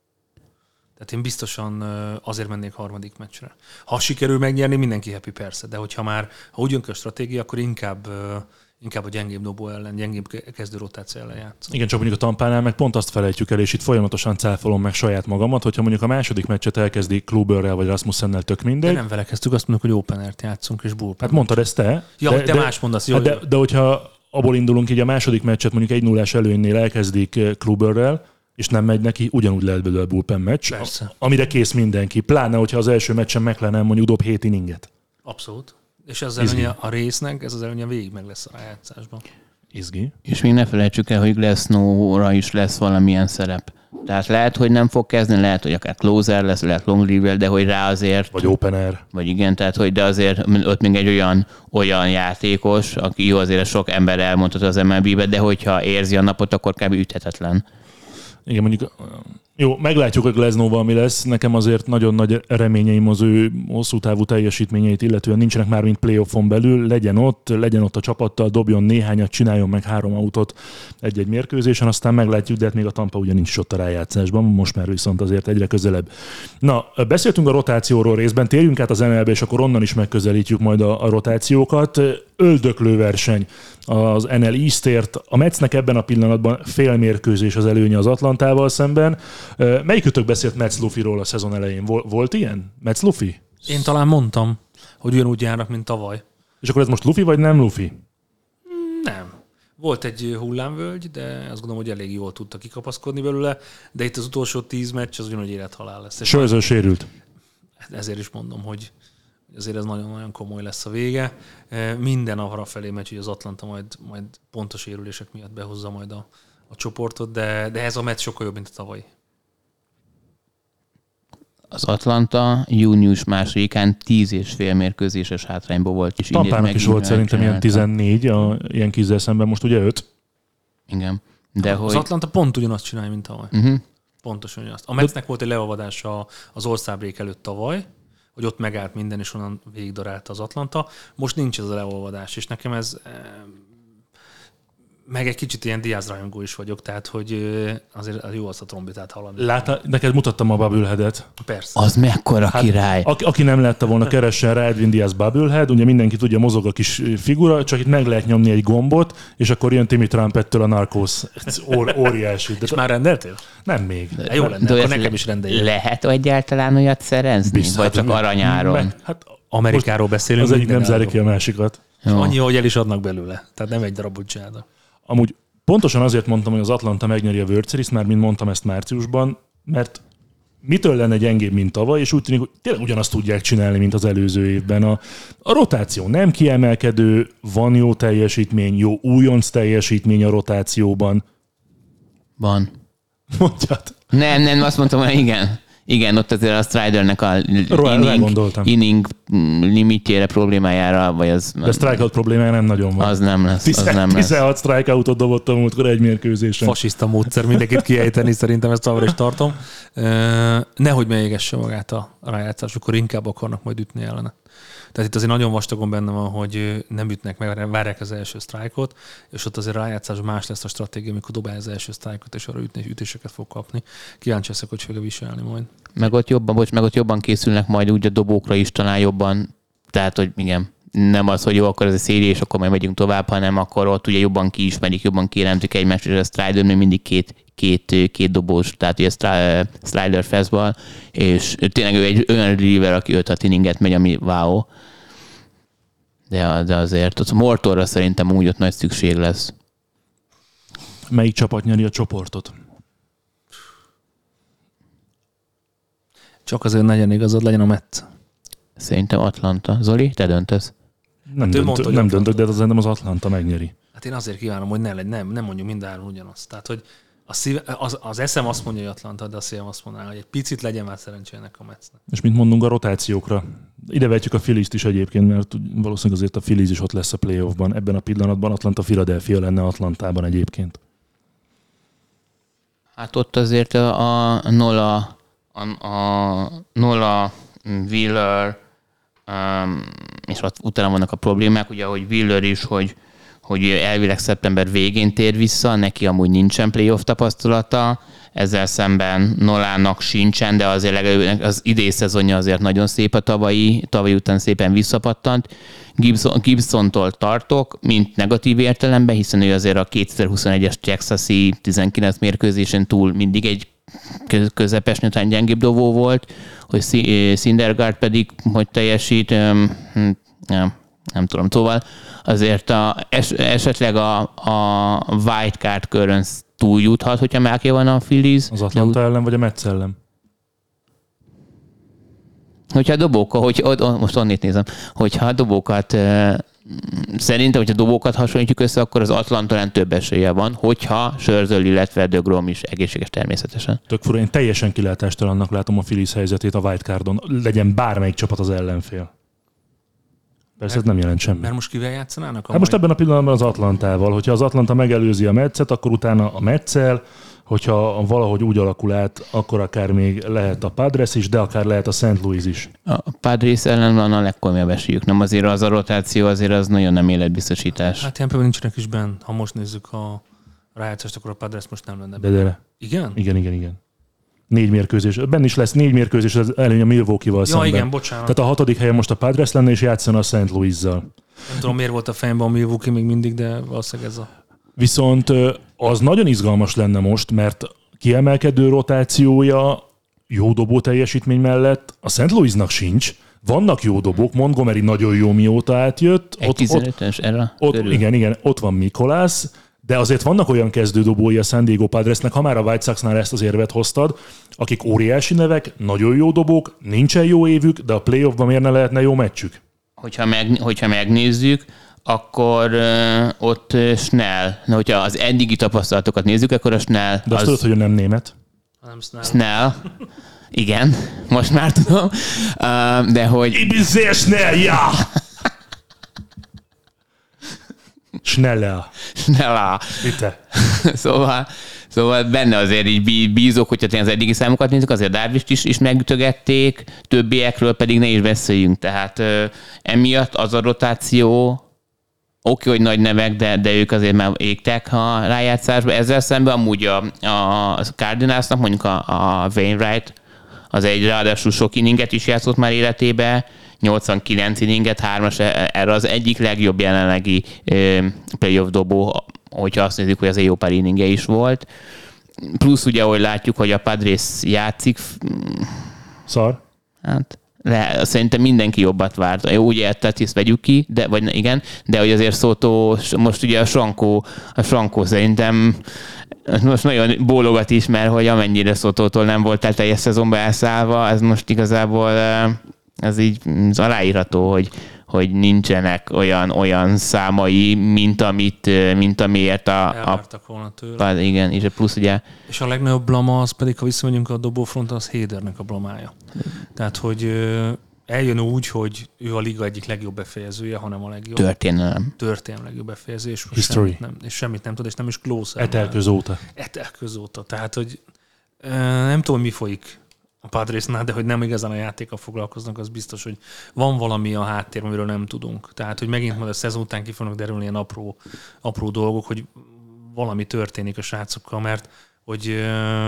Tehát én biztosan azért mennék harmadik meccsre. Ha sikerül megnyerni, mindenki happy persze, de hogyha már, ha úgy jön ki a stratégia, akkor inkább inkább a gyengébb dobó ellen, gyengébb kezdő rotáció ellen játszom. Igen, csak mondjuk a Tampánál meg pont azt felejtjük el, és itt folyamatosan cáfolom meg saját magamat, hogyha mondjuk a második meccset elkezdi Kluberrel vagy Rasmussennel, tök mindegy. De nem vele kezdtük, azt mondjuk, hogy openert játszunk, és bullpen. Hát mondtad ezt te. Ja, de, hogy te de, más mondasz. Jó, de, jó. de hogyha abból indulunk, így a második meccset mondjuk egy nullás előnynél elkezdik Kluberrel, és nem megy neki, ugyanúgy lehet belőle a bullpen meccs, Persze. amire kész mindenki. Pláne, hogyha az első meccsen McLennan mondjuk dob hét inninget. Abszolút. És ez az előnye a résznek, ez az előnye végig meg lesz a rájátszásban. Izgi. És még ne felejtsük el, hogy Glasnow-ra is lesz valamilyen szerep. Tehát lehet, hogy nem fog kezdeni, lehet, hogy akár closer lesz, lehet long reliever, de hogy rá azért... Vagy opener. Vagy igen, tehát hogy de azért ott még egy olyan, olyan játékos, aki jó, azért sok ember elmondható az em el bé-be, de hogyha érzi a napot, akkor kb. Üthetetlen. Igen, mondjuk jó, meglátjuk, hogy Glasnow-val mi lesz. Nekem azért nagyon nagy reményeim az ő hosszú távú teljesítményeit illetően nincsenek már, mint playoffon belül. Legyen ott, legyen ott a csapattal, dobjon néhányat, csináljon meg három autót egy-egy mérkőzésen, aztán meglátjuk, de hát még a Tampa ugye nincs ott a rájátszásban, most már viszont azért egyre közelebb. Na, beszéltünk a rotációról részben, térjünk át az en el bé, és akkor onnan is megközelítjük majd a, a rotációkat. Öldöklő verseny az en el Eastért. A Metsnek ebben a pillanatban fél mérkőzés az előnye az Atlantával szemben. Melyikőtök beszélt Mets Luffyról a szezon elején? Volt ilyen? Mets Luffy? Én talán mondtam, hogy ugyanúgy járnak, mint tavaly. És akkor ez most Luffy vagy nem Luffy? Nem. Volt egy hullámvölgy, de azt gondolom, hogy elég jól tudta kikapaszkodni belőle, de itt az utolsó tíz meccs az ugyanúgy élethalál lesz. Scherzer sérült. Ezért is mondom, hogy azért ez nagyon-nagyon komoly lesz a vége. Minden arra felé megy, hogy az Atlanta majd, majd pontos érülések miatt behozza majd a, a csoportot, de, de ez a meccs sokkal jobb, mint a tavalyi. Az Atlanta június másodikán tíz és fél mérkőzéses hátrányból volt. És Tampának is volt szerintem ilyen tizennégy, a ilyen kizzel szemben, most ugye öt. Igen. De az hogy... Atlanta pont ugyanazt csinálja, mint tavaly. Uh-huh. Pontosan ugyanazt. A Metsnek volt egy leolvadása az All-Star break előtt tavaly, hogy ott megállt minden, és onnan végigdarálta az Atlanta. Most nincs ez a leolvadás, és nekem ez Meg egy kicsit ilyen Diaz rajongó is vagyok, tehát hogy azért jó az a trombitát hallani. Látta, neked mutattam a Bubbleheadet. Persze. Az mekkora Hát, király. Aki, aki nem látta volna, keressen rá Edwin Diaz Bubblehead, ugye mindenki tudja, mozog a kis figura, csak itt meg lehet nyomni egy gombot, és akkor jön Timmy Trumpettől a Narcos. Ó- óriási. De És már rendeltél? nem még. De jó lenne, akkor nekem is rendeljél. Lehet egyáltalán olyat szerezni? Biztos, Vagy csak meg- aranyáron? meg- Hát Amerikáról beszélünk. az egyik nem mindenáról. zárik ki a másikat. És annyi, hogy el is adnak belőle. Tehát nem egy darabot csinálnak. Amúgy pontosan azért mondtam, hogy az Atlanta megnyeri a World Series, már mint mondtam ezt márciusban, mert mitől lenne gyengébb, mint tavaly, és úgy tűnik, hogy tényleg ugyanazt tudják csinálni, mint az előző évben. A, a rotáció nem kiemelkedő, van jó teljesítmény, jó újonc teljesítmény a rotációban. Van. Mondjad. Nem, nem, azt mondtam, hogy igen. Igen, ott azért a Stridernek a Rá inning, gondoltam. inning limitjére, problémájára, vagy az... De strikeout problémája nem nagyon van. Az nem lesz, az nem lesz. tizenhat strikeoutot dobott a múltkor egy mérkőzésen. Fasiszta módszer mindenkit kiejteni, szerintem ezt továbbra is tartom. Nehogy megégesse magát a rájátszás, akkor inkább akarnak majd ütni ellene. Tehát itt azért nagyon vastagon benne van, hogy nem ütnek meg, várják az első sztrájkot, és ott azért rájátszás más lesz a stratégia, amikor dobálja az első sztrájkot, és arra ütni, ütéseket fog kapni. Kíváncsi leszek, hogy fogja viselni majd. Meg ott jobban, bocs, meg ott jobban készülnek majd úgy a dobókra is talán jobban. Tehát, hogy igen, nem az, hogy jó, akkor ez a széria, és akkor majd megyünk tovább, hanem akkor ott ugye jobban kiismerik, jobban kéremzik egymást, és a Strider még mindig két, két, két dobós, tehát ugye Slider fastball, és tényleg ő egy olyan reliever, aki öt-hat inninget megy, ami wow. De, de azért ott a Mortonra szerintem úgy ott nagy szükség lesz. Melyik csapat nyeri a csoportot? Csak azért legyen igazad, legyen a Mets. Szerintem Atlanta. Zoli, te döntesz? Nem, ő döntö, mondta, hogy nem Atlanta. döntök, de az szerintem az Atlanta megnyeri. Hát én azért kívánom, hogy ne legyen, nem, nem mondjuk mindjárt ugyanazt. Tehát, hogy a szíve, az, az eszem azt mondja, hogy Atlanta, de a szívem azt mondaná, hogy egy picit legyen már szerencsének a Metsnek. És mint mondunk a rotációkra. Ide vetjük a Phillies-t is egyébként, mert valószínűleg azért a Phillies is ott lesz a playoffban. Ebben a pillanatban Atlanta Philadelphia lenne Atlantában egyébként. Hát ott azért a, a Nola, a, a Nola, Wheeler, um, és ott utána vannak a problémák, ugye, hogy Wheeler is, hogy, hogy elvileg szeptember végén tér vissza, neki amúgy nincsen playoff tapasztalata, ezzel szemben Nolának sincsen, de azért legalább az idei szezonja azért nagyon szép a tavalyi, tavalyi után szépen visszapattant. Gibson, Gibsontól tartok, mint negatív értelemben, hiszen ő azért a kétezer-huszonegyes Texasi tizenkilenc mérkőzésen túl mindig egy közepes, nyilván gyengébb dobó volt, hogy Syndergaard pedig hogy teljesít, nem, nem tudom, szóval azért a, es, esetleg a, a wildcard körön túljuthat, hogyha mákja van a Phillies. Az Atlanta ellen, vagy a Mets ellen? Hogyha a dobókat, hogy, most onnét nézem, hogyha a dobókat, szerintem, hogyha a dobókat hasonlítjuk össze, akkor az Atlanta ellen több esélye van, hogyha Scherzer, illetve DeGrom is egészséges természetesen. Tök fura, én teljesen kilátástalannak látom a Phillies helyzetét a wildcardon. Legyen bármelyik csapat az ellenfél. Persze ez nem jelent semmit. Mert most kivel játszanának? Hát most ebben a pillanatban az Atlantával. Hogyha az Atlanta megelőzi a Metszet, akkor utána a Metszel, hogyha valahogy úgy alakul át, akkor akár még lehet a Padres is, de akár lehet a Saint Louis is. A Padres ellen van a legkomolyabb esélyük. Nem azért az a rotáció, azért az nagyon nem életbiztosítás. Hát ilyen például nincsenek is benn. Ha most nézzük a rájátszást, akkor a Padres most nem lenne De benne. de. Igen? Igen, igen, igen. Négy mérkőzés. Benne is lesz négy mérkőzés az előny a Milwaukee-val Ja, szemben. igen, bocsánat. Tehát a hatodik helyen most a Padres lenne, és játszana a Saint Louis-zal. Nem tudom, miért volt a fejemben a Milwaukee még mindig, de valószínűleg ez a... Viszont az nagyon izgalmas lenne most, mert kiemelkedő rotációja jó dobó teljesítmény mellett a Saint Louisnak sincs. Vannak jó dobók, Montgomery nagyon jó, mióta átjött. Egy tizenötös erre ott, körül. igen, igen, ott van Mikolász, de azért vannak olyan kezdődobói a San Diego Padresnek, ha már a White Soxnál ezt az érvet hoztad, akik óriási nevek, nagyon jó dobók, nincsen jó évük, de a playoffban miért ne lehetne jó meccsük? Hogyha, meg, hogyha megnézzük, akkor uh, ott uh, Snell, na, hogyha az eddigi tapasztalatokat nézzük, akkor a Snell... De azt az tudod, hogy ő nem német? Nem Snell. Snell. Igen, most már tudom. Uh, de hogy... Ibizé Snell, ja! Schneller. Snell. Bitte. szóval, szóval benne azért így bízok, hogyha tényleg az eddigi számokat nézzük, azért Darvist is, is megütögették, többiekről pedig ne is beszéljünk. Tehát uh, emiatt az a rotáció okay, hogy nagy nevek, de, de ők azért már égtek a rájátszásba. Ezzel szemben amúgy a, a Cardinalsnak mondjuk a, a Wainwright az egy ráadásul sok inninget is játszott már életébe, nyolcvankilenc inninget, hármas, erre az egyik legjobb jelenlegi playoff dobó, hogyha azt nézzük, hogy azért jó pár inningje is volt. Plusz ugye, ahogy látjuk, hogy a Padres játszik. Szar? Hát le, szerintem mindenki jobbat várt. Jó, ugye Tatis vegyük ki, de, vagy igen, de hogy azért Soto, most ugye a Frankó, a Frankó szerintem most nagyon bólogat is, mert hogy amennyire Sotótól nem voltál teljes szezonba elszállva, ez most igazából ez így aláírható, hogy, hogy nincsenek olyan, olyan számai, mint, amit, mint amiért a... Elvártak volna tőle. A, igen, és plusz ugye... És a legnagyobb blama az pedig, ha visszamegyünk a dobófronton, az Hadernek a blamája. Tehát, hogy eljön úgy, hogy ő a liga egyik legjobb befejezője, hanem a legjobb. Történelem. Történelem legjobb befejező, és, History. semmit nem, és semmit nem tud, és nem is close. Etelköz óta. Etelköz óta. Tehát, hogy nem tudom, mi folyik a Padresnál, de hogy nem igazán a játékkal foglalkoznak, az biztos, hogy van valami a háttérben, amiről nem tudunk. Tehát, hogy megint majd a szezon után ki fognak derülni ilyen apró, apró dolgok, hogy valami történik a srácokkal, mert hogy euh,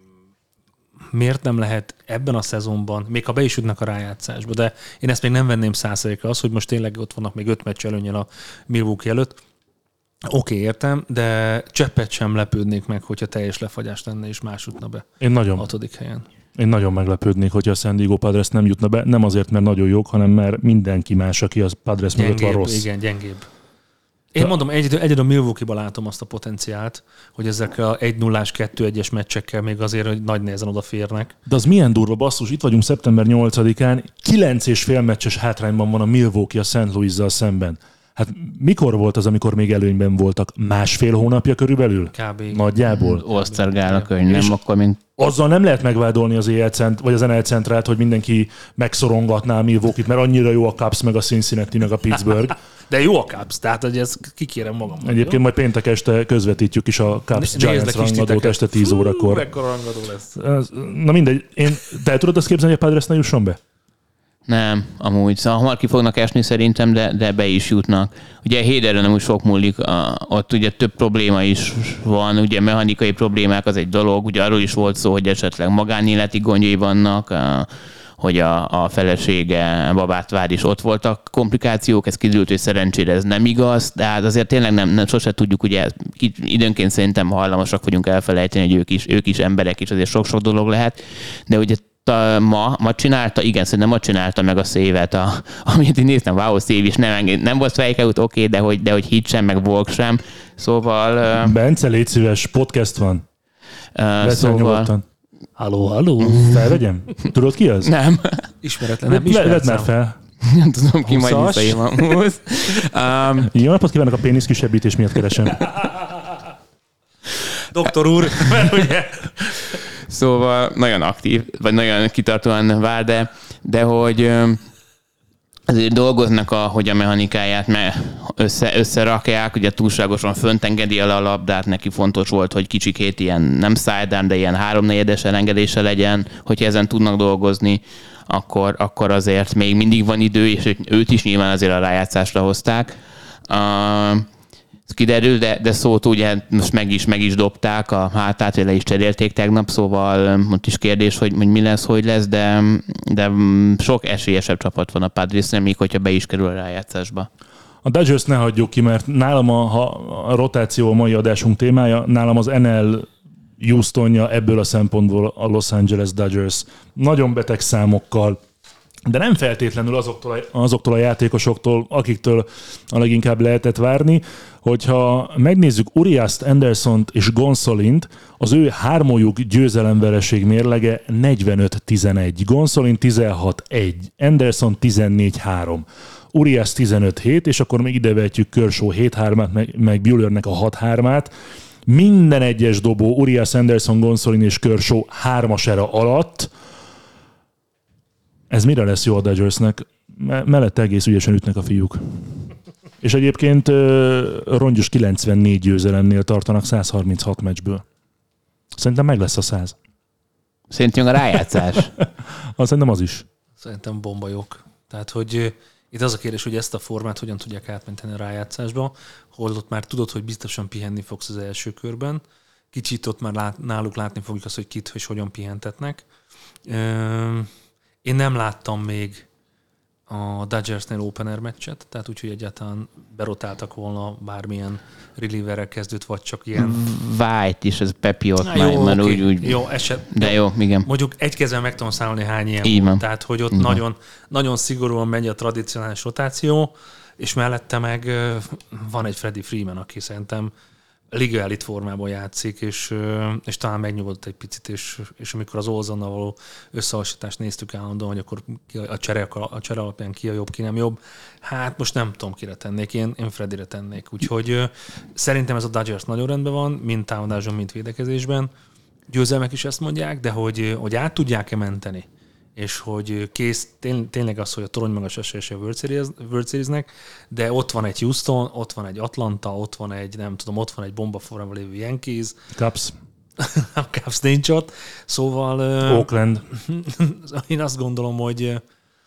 miért nem lehet ebben a szezonban, még ha be is jutnak a rájátszásba, de én ezt még nem venném százszerékre, az, hogy most tényleg ott vannak még öt meccs előnnyel a Milwaukee előtt. Oké, okay, értem, de cseppet sem lepődnék meg, hogyha teljes lefagyás lenne és más jutna be. Én nagyon. Hatodik helyen. Én nagyon meglepődnék, hogyha a San Diego Padres nem jutna be, nem azért, mert nagyon jók, hanem mert mindenki más, aki az Padres mögött van rossz. Igen, gyengébb. Én de... mondom, egyedül, egyedül a Milwaukee-ban látom azt a potenciált, hogy ezek a egy nullás, kettő egyes meccsekkel még azért hogy nagy nehezen odaférnek. De az milyen durva, basszus, itt vagyunk szeptember nyolcadikán, kilenc és fél meccses hátrányban van a Milwaukee a Saint Louis-zal szemben. Hát mikor volt az, amikor még előnyben voltak? Másfél hónapja körülbelül? Kb. Nagyjából? All-Star Gála könyv, nem akkor, mint... Azzal nem lehet megvádolni az é el cent, vagy az en el centrát, hogy mindenki megszorongatná a Milwaukee-t, mert annyira jó a Cubs, meg a Cincinnati, meg a Pittsburgh. De jó a Cubs, tehát hogy ezt kikérem magam. Egyébként jó? Majd péntek este közvetítjük is a Cubs Nézd Giants rangadót este tíz órakor. Mekkora rangadó lesz. Na mindegy, én, te tudod azt képzelni, hogy a Padres ne jusson be? Nem, amúgy. Szóval hamar ki fognak esni szerintem, de, de be is jutnak. Ugye Haderre nem úgy sok múlik, a, ott ugye több probléma is van, ugye mechanikai problémák az egy dolog, ugye arról is volt szó, hogy esetleg magánéleti gondjai vannak, a, hogy a, a felesége Babát Vár is ott voltak komplikációk, ez kiderült, hogy szerencsére ez nem igaz, de hát azért tényleg nem, nem sose tudjuk, ugye időnként szerintem hajlamosak vagyunk elfelejteni, hogy ők is, ők is emberek, és azért sok-sok dolog lehet, de ugye Ma, ma csinálta, igen, szerintem ma csinálta meg a szévet, a, amit én néztem, wow, szév is, nem, nem volt strikeout, oké, okay, de hogy, de hogy hit sem, meg walk sem, szóval... Uh, Bence, légy szíves, podcast van. Uh, szóval... Halló, halló, felvegyem? Tudod ki az? Nem. Ismeretlen, nem ismeretlen. Vedd már fel. Nem tudom ki, majd visszaím a húsz. Um, Jó napot kívánok, a pénisz kisebbítés miatt keresem. Doktor úr, mert ugye... Szóval nagyon aktív, vagy nagyon kitartóan vár, de, de hogy azért dolgoznak, a, hogy a mechanikáját össze, összerakják, ugye túlságosan fönt engedi el a labdát, neki fontos volt, hogy kicsikét ilyen nem side-arm, de ilyen háromnegyedes elengedése legyen, hogyha ezen tudnak dolgozni, akkor, akkor azért még mindig van idő, és őt is nyilván azért a rájátszásra hozták. Uh, Ez kiderül, de, de szót ugye most meg is, meg is dobták, a hátát le is cserélték tegnap, szóval ott is kérdés, hogy, hogy mi lesz, hogy lesz, de, de sok esélyesebb csapat van a Padresnél, még hogyha be is kerül a rájátszásba. A Dodgers ne hagyjuk ki, mert nálam a, ha a rotáció a mai adásunk témája, nálam az en el Houstonja ebből a szempontból a Los Angeles Dodgers. Nagyon beteg számokkal, de nem feltétlenül azoktól a, azoktól a játékosoktól, akiktől a leginkább lehetett várni, hogyha megnézzük Uriast, Andersont és Gonsolint, az ő hármójuk győzelemvereség mérlege negyvenöt tizenegy, Gonsolin tizenhat egy, Anderson tizennégy három, Urias tizenöt hét, és akkor még idevetjük Kershaw hét hármát, meg, meg Buehlernek a hat hármát. Minden egyes dobó Urias, Anderson, Gonsolin és Kershaw hármas era alatt. Ez mire lesz jó a Dodgersnek? Mellette egész ügyesen ütnek a fiúk. És egyébként rongyos kilencvennégy győzelemnél tartanak száz harminchat meccsből. Szerintem meg lesz a száz. Szerintem a rájátszás. Szerintem az is. Szerintem bomba jók. Tehát, hogy Itt az a kérdés, hogy ezt a formát hogyan tudják átmenteni a rájátszásba, hol ott már tudod, hogy biztosan pihenni fogsz az első körben. Kicsit ott már lát, náluk látni fogjuk azt, hogy kit és hogyan pihentetnek. Én nem láttam még a Dodgersnél opener meccset, tehát úgyhogy egyáltalán berotáltak volna bármilyen relieverrel kezdőt, vagy csak ilyen... White is, ez Pepi ott Na, jó, már okay. úgy, úgy... Jó, eset... De jó, igen. Mondjuk egy kezben meg tudom számolni, hány ilyen Így volt. van. Tehát, hogy ott Így nagyon, van. nagyon szigorúan megy a tradicionális rotáció, és mellette meg van egy Freddie Freeman, aki szerintem liga elit formában játszik, és, és talán megnyugodott egy picit, és, és amikor az Olsonnal való összehasonlítást néztük állandóan, hogy akkor a csere, a csere alapján ki a jobb, ki nem jobb, hát most nem tudom, kire tennék, én, én Freddie-re tennék. Úgyhogy szerintem ez a Dodgers nagyon rendben van, mind támadáson, mind védekezésben. Győzelmek is ezt mondják, de hogy, hogy át tudják-e menteni, és hogy kész, tény, tényleg az, hogy a torony magas esélyese a World, Series, World Series-nek, de ott van egy Houston, ott van egy Atlanta, ott van egy, nem tudom, ott van egy bombaformában lévő Yankees. Cubs. A Cubs nincs ott. Szóval... Oakland. Én azt gondolom, hogy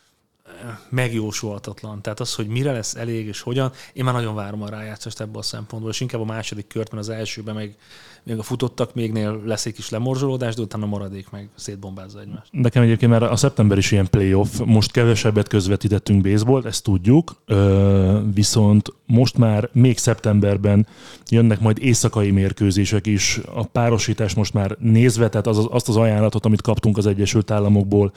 megjósolhatatlan. Tehát az, hogy mire lesz elég és hogyan. Én már nagyon várom a rájátszást ebből a szempontból, és inkább a második kört, mert az elsőben meg még a futottak mégnél lesz egy kis lemorzsolódás, de utána maradék meg szétbombázza egymást. Nekem egyébként már a szeptember is ilyen playoff, most kevesebbet közvetítettünk baseballt, ezt tudjuk, viszont most már még szeptemberben jönnek majd éjszakai mérkőzések is. A párosítás most már nézve, tehát az, azt az ajánlatot, amit kaptunk az Egyesült Államokból,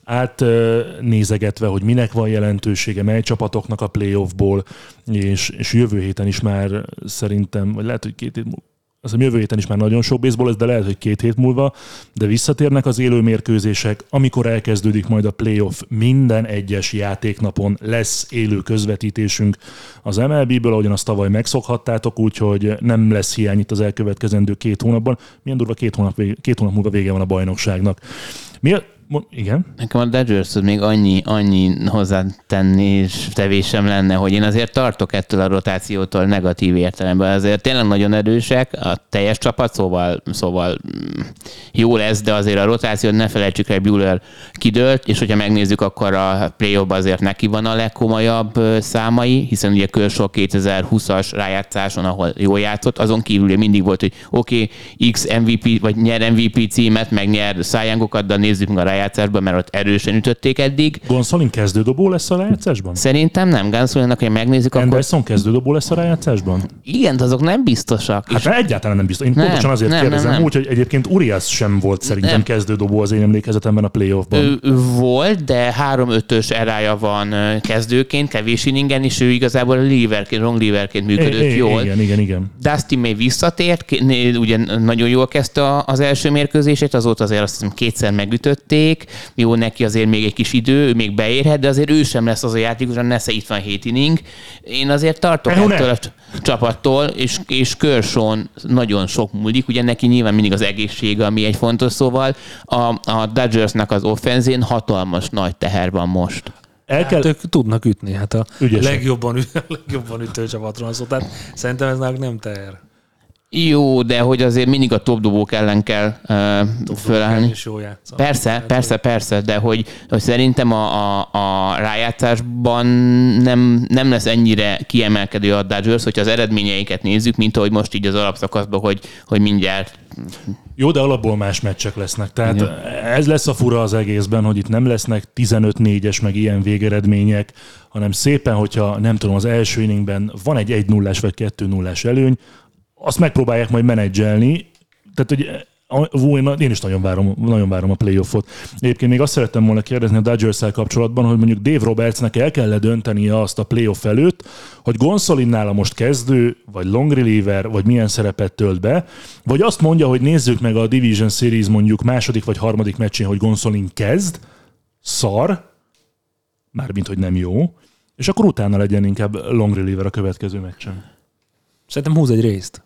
átnézegetve, hogy minek van jelentősége, mely csapatoknak a playoffból, és, és jövő héten is már szerintem, vagy lehet, hogy két hét múlva, azt hiszem, jövő héten is már nagyon sok baseball lesz, de lehet, hogy két hét múlva, de visszatérnek az élő mérkőzések, amikor elkezdődik majd a playoff, minden egyes játéknapon lesz élő közvetítésünk az em el bé-ből, ahogyan azt tavaly megszokhattátok, úgyhogy nem lesz hiány itt az elkövetkezendő két hónapban. Milyen durva, két hónap, vége, két hónap múlva vége van a bajnokságnak. Mi a... Igen? Nekem a Dodgershoz még annyi, annyi hozzátenni és tevésem lenne, hogy én azért tartok ettől a rotációtól negatív értelemben. Azért tényleg nagyon erősek, a teljes csapat, szóval, szóval jó lesz, de azért a rotációt ne felejtsük el, Buehler kidőlt, és hogyha megnézzük, akkor a play-offban azért neki van a legkomolyabb számai, hiszen ugye Kershaw kétezer-húszas rájátszáson, ahol jól játszott, azon kívül mindig volt, hogy oké, okay, X em vé pé, vagy nyer em vé pé címet, meg nyer Cy Youngokat, de nézzük meg a rájátszásban, mert ott erősen ütötték eddig. Gonsolin kezdődobó lesz a rájátszásban? Szerintem nem. Gonsolinnak, hogy megnézzük, akkor... Anderson kezdődobó lesz a rájátszásban? Igen, de azok nem biztosak. Hát és... egyáltalán nem biztos. Én nem, pontosan azért nem, kérdezem, nem, nem. úgy, hogy egyébként Urias sem volt szerintem nem. kezdődobó az én emlékezetemben a playoffban. Ő, ő volt, de három-ötös erája van kezdőként, kevés inningen, és ő igazából relieverként, wrong relieverként működött é, jól. Igen, igen, igen. Dusty May visszatért, ugye nagyon jól kezdte az első mérkőzését, azóta azért azt hiszem kétszer megütötték, jó, neki azért még egy kis idő, ő még beérhet, de azért ő sem lesz az a játékos, a Nesze itt van hét inning. Én azért tartok Ehol ettől a csapattól, és, és Kershawn nagyon sok múlik, ugye neki nyilván mindig az egészsége, ami egy fontos, szóval a, a Dodgersnek az offenzén hatalmas nagy teher van most. El kell... Hát ők tudnak ütni, hát a Ügyesen. legjobban, a legjobban ütő csapatról szó, tehát szerintem ez náluk nem teher. Jó, de hogy azért mindig a topdobók ellen kell uh, fölállni. Persze, hát, persze, persze, de hogy, hogy szerintem a, a, a rájátszásban nem, nem lesz ennyire kiemelkedő a Dodgers, hogyha az eredményeiket nézzük, mint ahogy most így az alapszakaszban, hogy, hogy mindjárt... Jó, de alapból más meccsek lesznek. Tehát igen. Ez lesz a fura az egészben, hogy itt nem lesznek tizenöt négyes meg ilyen végeredmények, hanem szépen, hogyha nem tudom, az első inningben van egy egy nullás vagy kettő nullás előny, azt megpróbálják majd menedzselni, tehát hogy én is nagyon várom, nagyon várom a playoffot. Egyébként még azt szerettem volna kérdezni a Dodgers-szel kapcsolatban, hogy mondjuk Dave Robertsnek el kell döntenie azt a playoff előtt, hogy Gonsolin nála most kezdő, vagy long reliever, vagy milyen szerepet tölt be, vagy azt mondja, hogy nézzük meg a Division Series mondjuk második vagy harmadik meccsén, hogy Gonsolin kezd, szar, mármint, hogy nem jó, és akkor utána legyen inkább long reliever a következő meccsen. Szerintem húz egy részt.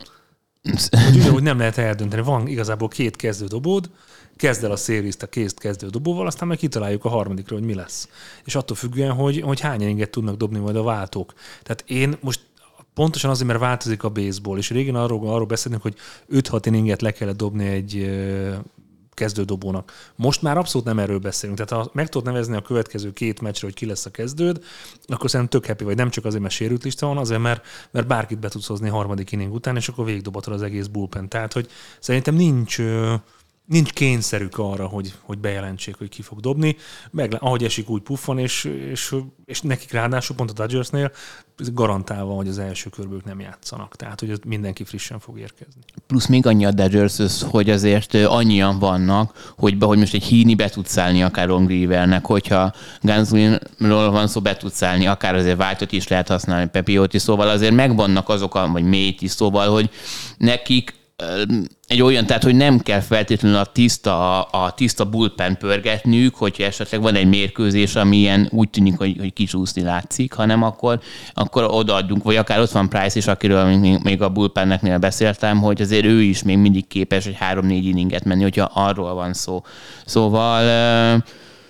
Úgy, úgy nem lehet eldönteni. Van igazából két kezdődobód, kezd el a szérizt a két kezdődobóval, aztán meg kitaláljuk a harmadikra, hogy mi lesz. És attól függően, hogy, hogy hány inninget tudnak dobni majd a váltók. Tehát én most pontosan azért, mert változik a baseball, és régen arról, arról beszélünk, hogy öt-hat inninget le kellett dobni egy kezdődobónak. Most már abszolút nem erről beszélünk. Tehát ha meg tudod nevezni a következő két meccsre, hogy ki lesz a kezdőd, akkor szerintem tök happy vagy. Nem csak azért, mert sérült lista van, azért, mert, mert bárkit be tudsz hozni harmadik inning után, és akkor végigdobatod az egész bullpen. Tehát, hogy szerintem nincs... nincs kényszerük arra, hogy, hogy bejelentsék, hogy ki fog dobni. Meg, ahogy esik, úgy puffon, és, és, és nekik ráadásul pont a Dodgersnél garantálva, hogy az első körből nem játszanak. Tehát, hogy mindenki frissen fog érkezni. Plusz még annyi a Dodgers, hogy azért annyian vannak, hogy, hogy most egy Heaney be tudsz állni akár Long Rivernek, hogyha Gonsolinról van szó, be tudsz állni, akár azért White-ot is lehet használni, Pepiot is, szóval azért megvannak azok, a, vagy May-t is, szóval, hogy nekik egy olyan, tehát, hogy nem kell feltétlenül a tiszta, a tiszta bullpen pörgetniük, hogyha esetleg van egy mérkőzés, ami ilyen úgy tűnik, hogy, hogy kicsúszni látszik, hanem akkor, akkor odaadjunk, vagy akár ott van Price is, akiről még, még a bullpenneknél beszéltem, hogy azért ő is még mindig képes egy három-négy inninget menni, hogyha arról van szó. Szóval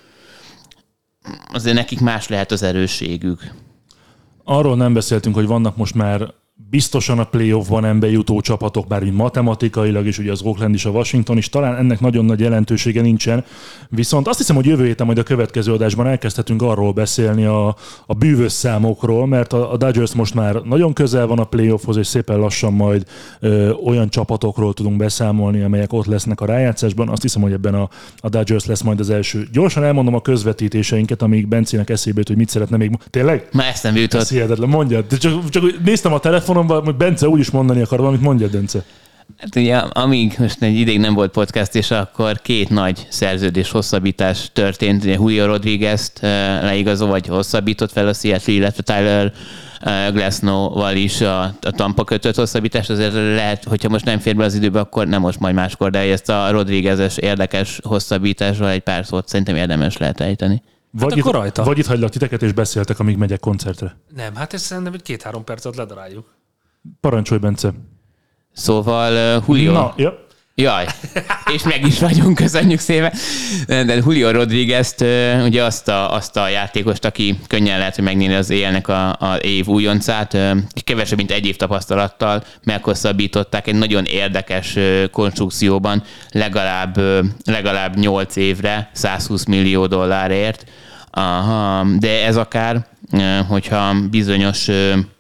azért nekik más lehet az erősségük. Arról nem beszéltünk, hogy vannak most már biztosan a playoffban ember jutó csapatok, bár úgy matematikailag is, ugye az Oakland is, a Washington is, talán ennek nagyon nagy jelentősége nincsen. Viszont azt hiszem, hogy jövő héten majd a következő adásban elkezdhetünk arról beszélni a, a bűvös számokról, mert a, a Dodgers most már nagyon közel van a playoffhoz, és szépen lassan majd ö, olyan csapatokról tudunk beszámolni, amelyek ott lesznek a rájátszásban. Azt hiszem, hogy ebben a, a Dodgers lesz majd az első. Gyorsan elmondom a közvetítéseinket, amíg Bencének eszébe jut, hogy mit szeretne még. Tényleg? Már ezt nem jutott. Ez hihetetlen, mondjad. Csak, csak néztem a telefonomban, hogy Bence úgyis mondani akar valamit, mondjad, Bence. Hát ugye, amíg most egy ideig nem volt podcast, és akkor két nagy szerződés hosszabbítás történt. Ugye Julio Rodriguez-t leigazol, vagy hosszabbított fel a Seattle, illetve Tyler Glasnow-val is a, a Tampa kötött hosszabbítás. Azért lehet, hogyha most nem fér be az időbe, akkor nem most, majd máskor, de ezt a Rodriguez-es érdekes hosszabbításról egy pár szót szerintem érdemes lehet ejteni. Vagy, hát itt, akkor rajta. vagy itt hagylak titeket, és beszéltek, amíg megyek koncertre. Nem, hát ez szerintem egy két-három percet ledaráljuk. Parancsolj, Bence. Szóval uh, Julio... Na, ja. Jaj, és meg is vagyunk, köszönjük szépen. De Julio Rodriguez-t, ugye azt a, azt a játékost, aki könnyen lehet, hogy megnyeri az élnek a, a év újoncát, kevesebb, mint egy év tapasztalattal meghosszabbították egy nagyon érdekes konstrukcióban, legalább, legalább nyolc évre, százhúsz millió dollárért. Aha, de ez akár, hogyha bizonyos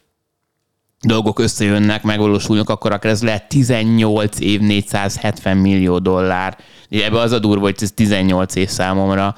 dolgok összejönnek, megvalósulnak, akkor akár ez lehet tizennyolc év, négyszázhetven millió dollár. Ebben az a durva, hogy ez tizennyolc év számomra.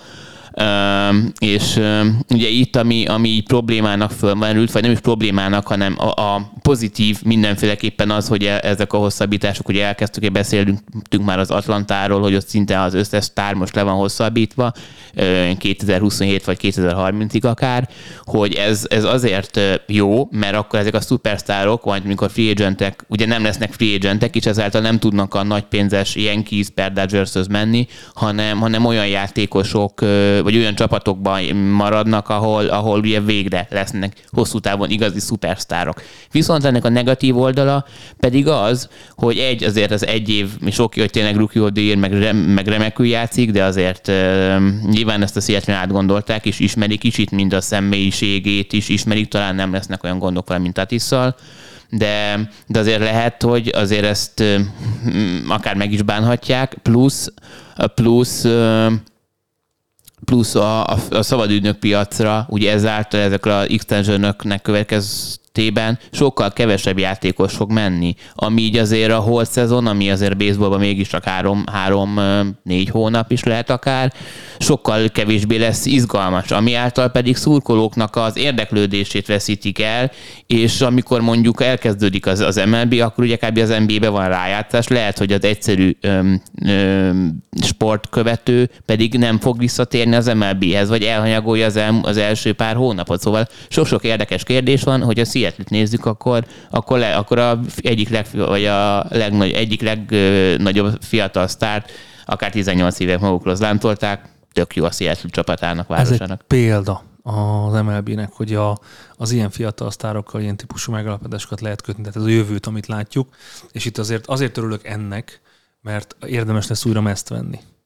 Üm, és üm, ugye itt, ami, ami problémának fölmerült, vagy nem is problémának, hanem a, a pozitív mindenféleképpen az, hogy ezek a hosszabbítások, ugye elkezdtük, hogy beszélünk már az Atlantáról, hogy ott szinte az összes sztár most le van hosszabbítva, kétezer-huszonhét vagy kétezer-harmincig akár, hogy ez, ez azért jó, mert akkor ezek a szupersztárok, vagy amikor free agentek, ugye nem lesznek free agentek, és ezáltal nem tudnak a nagypénzes Yankees per Dodgershöz menni, hanem, hanem olyan játékosok, vagy olyan csapatokban maradnak, ahol, ahol ugye végre lesznek hosszú távon igazi szupersztárok. Viszont ennek a negatív oldala pedig az, hogy egy, azért az egy év, és oké, hogy tényleg Rookie of the Year, meg, rem, meg remekül játszik, de azért uh, nyilván ezt a Seattle átgondolták, és ismerik kicsit, mind a személyiségét is ismerik, talán nem lesznek olyan gondok vele, mint Tatisszal, de, de azért lehet, hogy azért ezt uh, akár meg is bánhatják, plusz, plusz uh, plusz a, a, a szabadügynök piacra, ugye ezáltal ezekre az extensionöknek következtében sokkal kevesebb játékos fog menni, ami így azért a holt szezon, ami azért baseballban mégis csak három, három, négy hónap is lehet akár, sokkal kevésbé lesz izgalmas, ami által pedig szurkolóknak az érdeklődését veszítik el, és amikor mondjuk elkezdődik az, az em el bé, akkor ugye kb. Az en bé á-ben van rájátszás, lehet, hogy az egyszerű öm, öm, sportkövető pedig nem fog visszatérni az em el bé-hez, vagy elhanyagolja az, el, az első pár hónapot. Szóval sok-sok érdekes kérdés van, hogy a Seattle-t nézzük, akkor, akkor, le, akkor a egyik, leg, vagy a legnagy, egyik legnagyobb fiatal sztárt, akár tizennyolc évek magukról lántolták, tök jó a Seattle csapatának, városának. Ez egy példa az em el bé-nek, hogy a, az ilyen fiatal sztárokkal ilyen típusú megállapodásokat lehet kötni, tehát ez a jövőt, amit látjuk, és itt azért, azért örülök ennek, mert érdemes lesz újra mezt venni.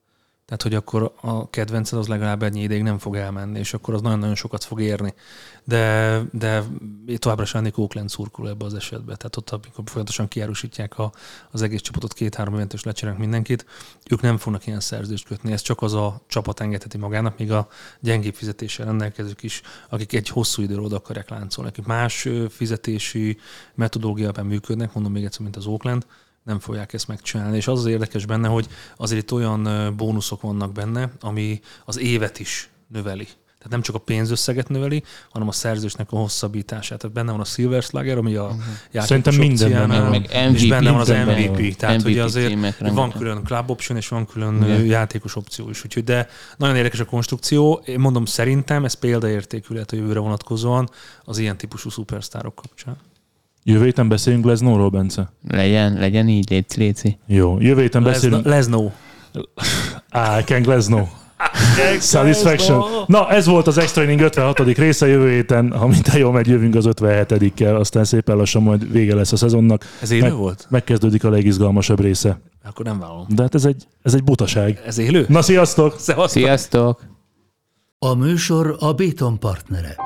Tehát, hogy akkor a kedvenced az legalább ennyi ideig nem fog elmenni, és akkor az nagyon-nagyon sokat fog érni. De, de továbbra sem lennék Oakland szurkoló ebbe az esetben. Tehát ott, amikor folyamatosan kiárusítják a, az egész csapatot, két-három évet és lecserélnek mindenkit, ők nem fognak ilyen szerződést kötni. Ez csak az a csapat engedheti magának, míg a gyengébb fizetéssel rendelkezők is, akik egy hosszú időre oda akarják láncolni. Akik más fizetési metodológiában működnek, mondom még egyszer, mint az Oakland, nem fogják ezt megcsinálni. És az az érdekes benne, hogy azért itt olyan bónuszok vannak benne, ami az évet is növeli. Tehát nem csak a pénzösszeget növeli, hanem a szerződésnek a hosszabbítását. Tehát benne van a Silver Slugger, ami a uh-huh. játékos opciánál, meg M V P, és benne van az M V P. Tehát hogy azért van külön club option, és van külön yeah. játékos opció is. Úgyhogy, de nagyon érdekes a konstrukció. Én mondom, szerintem ez példaértékű lehet a jövőre vonatkozóan az ilyen típusú szupersztárok kapcsán. Jövő héten beszéljünk Lesnóról, Bence? Legyen, legyen így, léci, léci. Jó, jövő héten beszélünk... Lesnó. Á, Ken Lesnó. Satisfaction. Na, ez volt az Extra Inning ötvenhatodik része. Jövő héten, ha minden jól megy, jövünk az ötvenhetedikkel, aztán szépen lassan majd vége lesz a szezonnak. Ez élő Meg, volt? Megkezdődik a legizgalmasabb része. Akkor nem vállalom. De hát ez egy, ez egy butaság. Ez élő? Na, sziasztok! Sziasztok! A műsor a Béton partnere.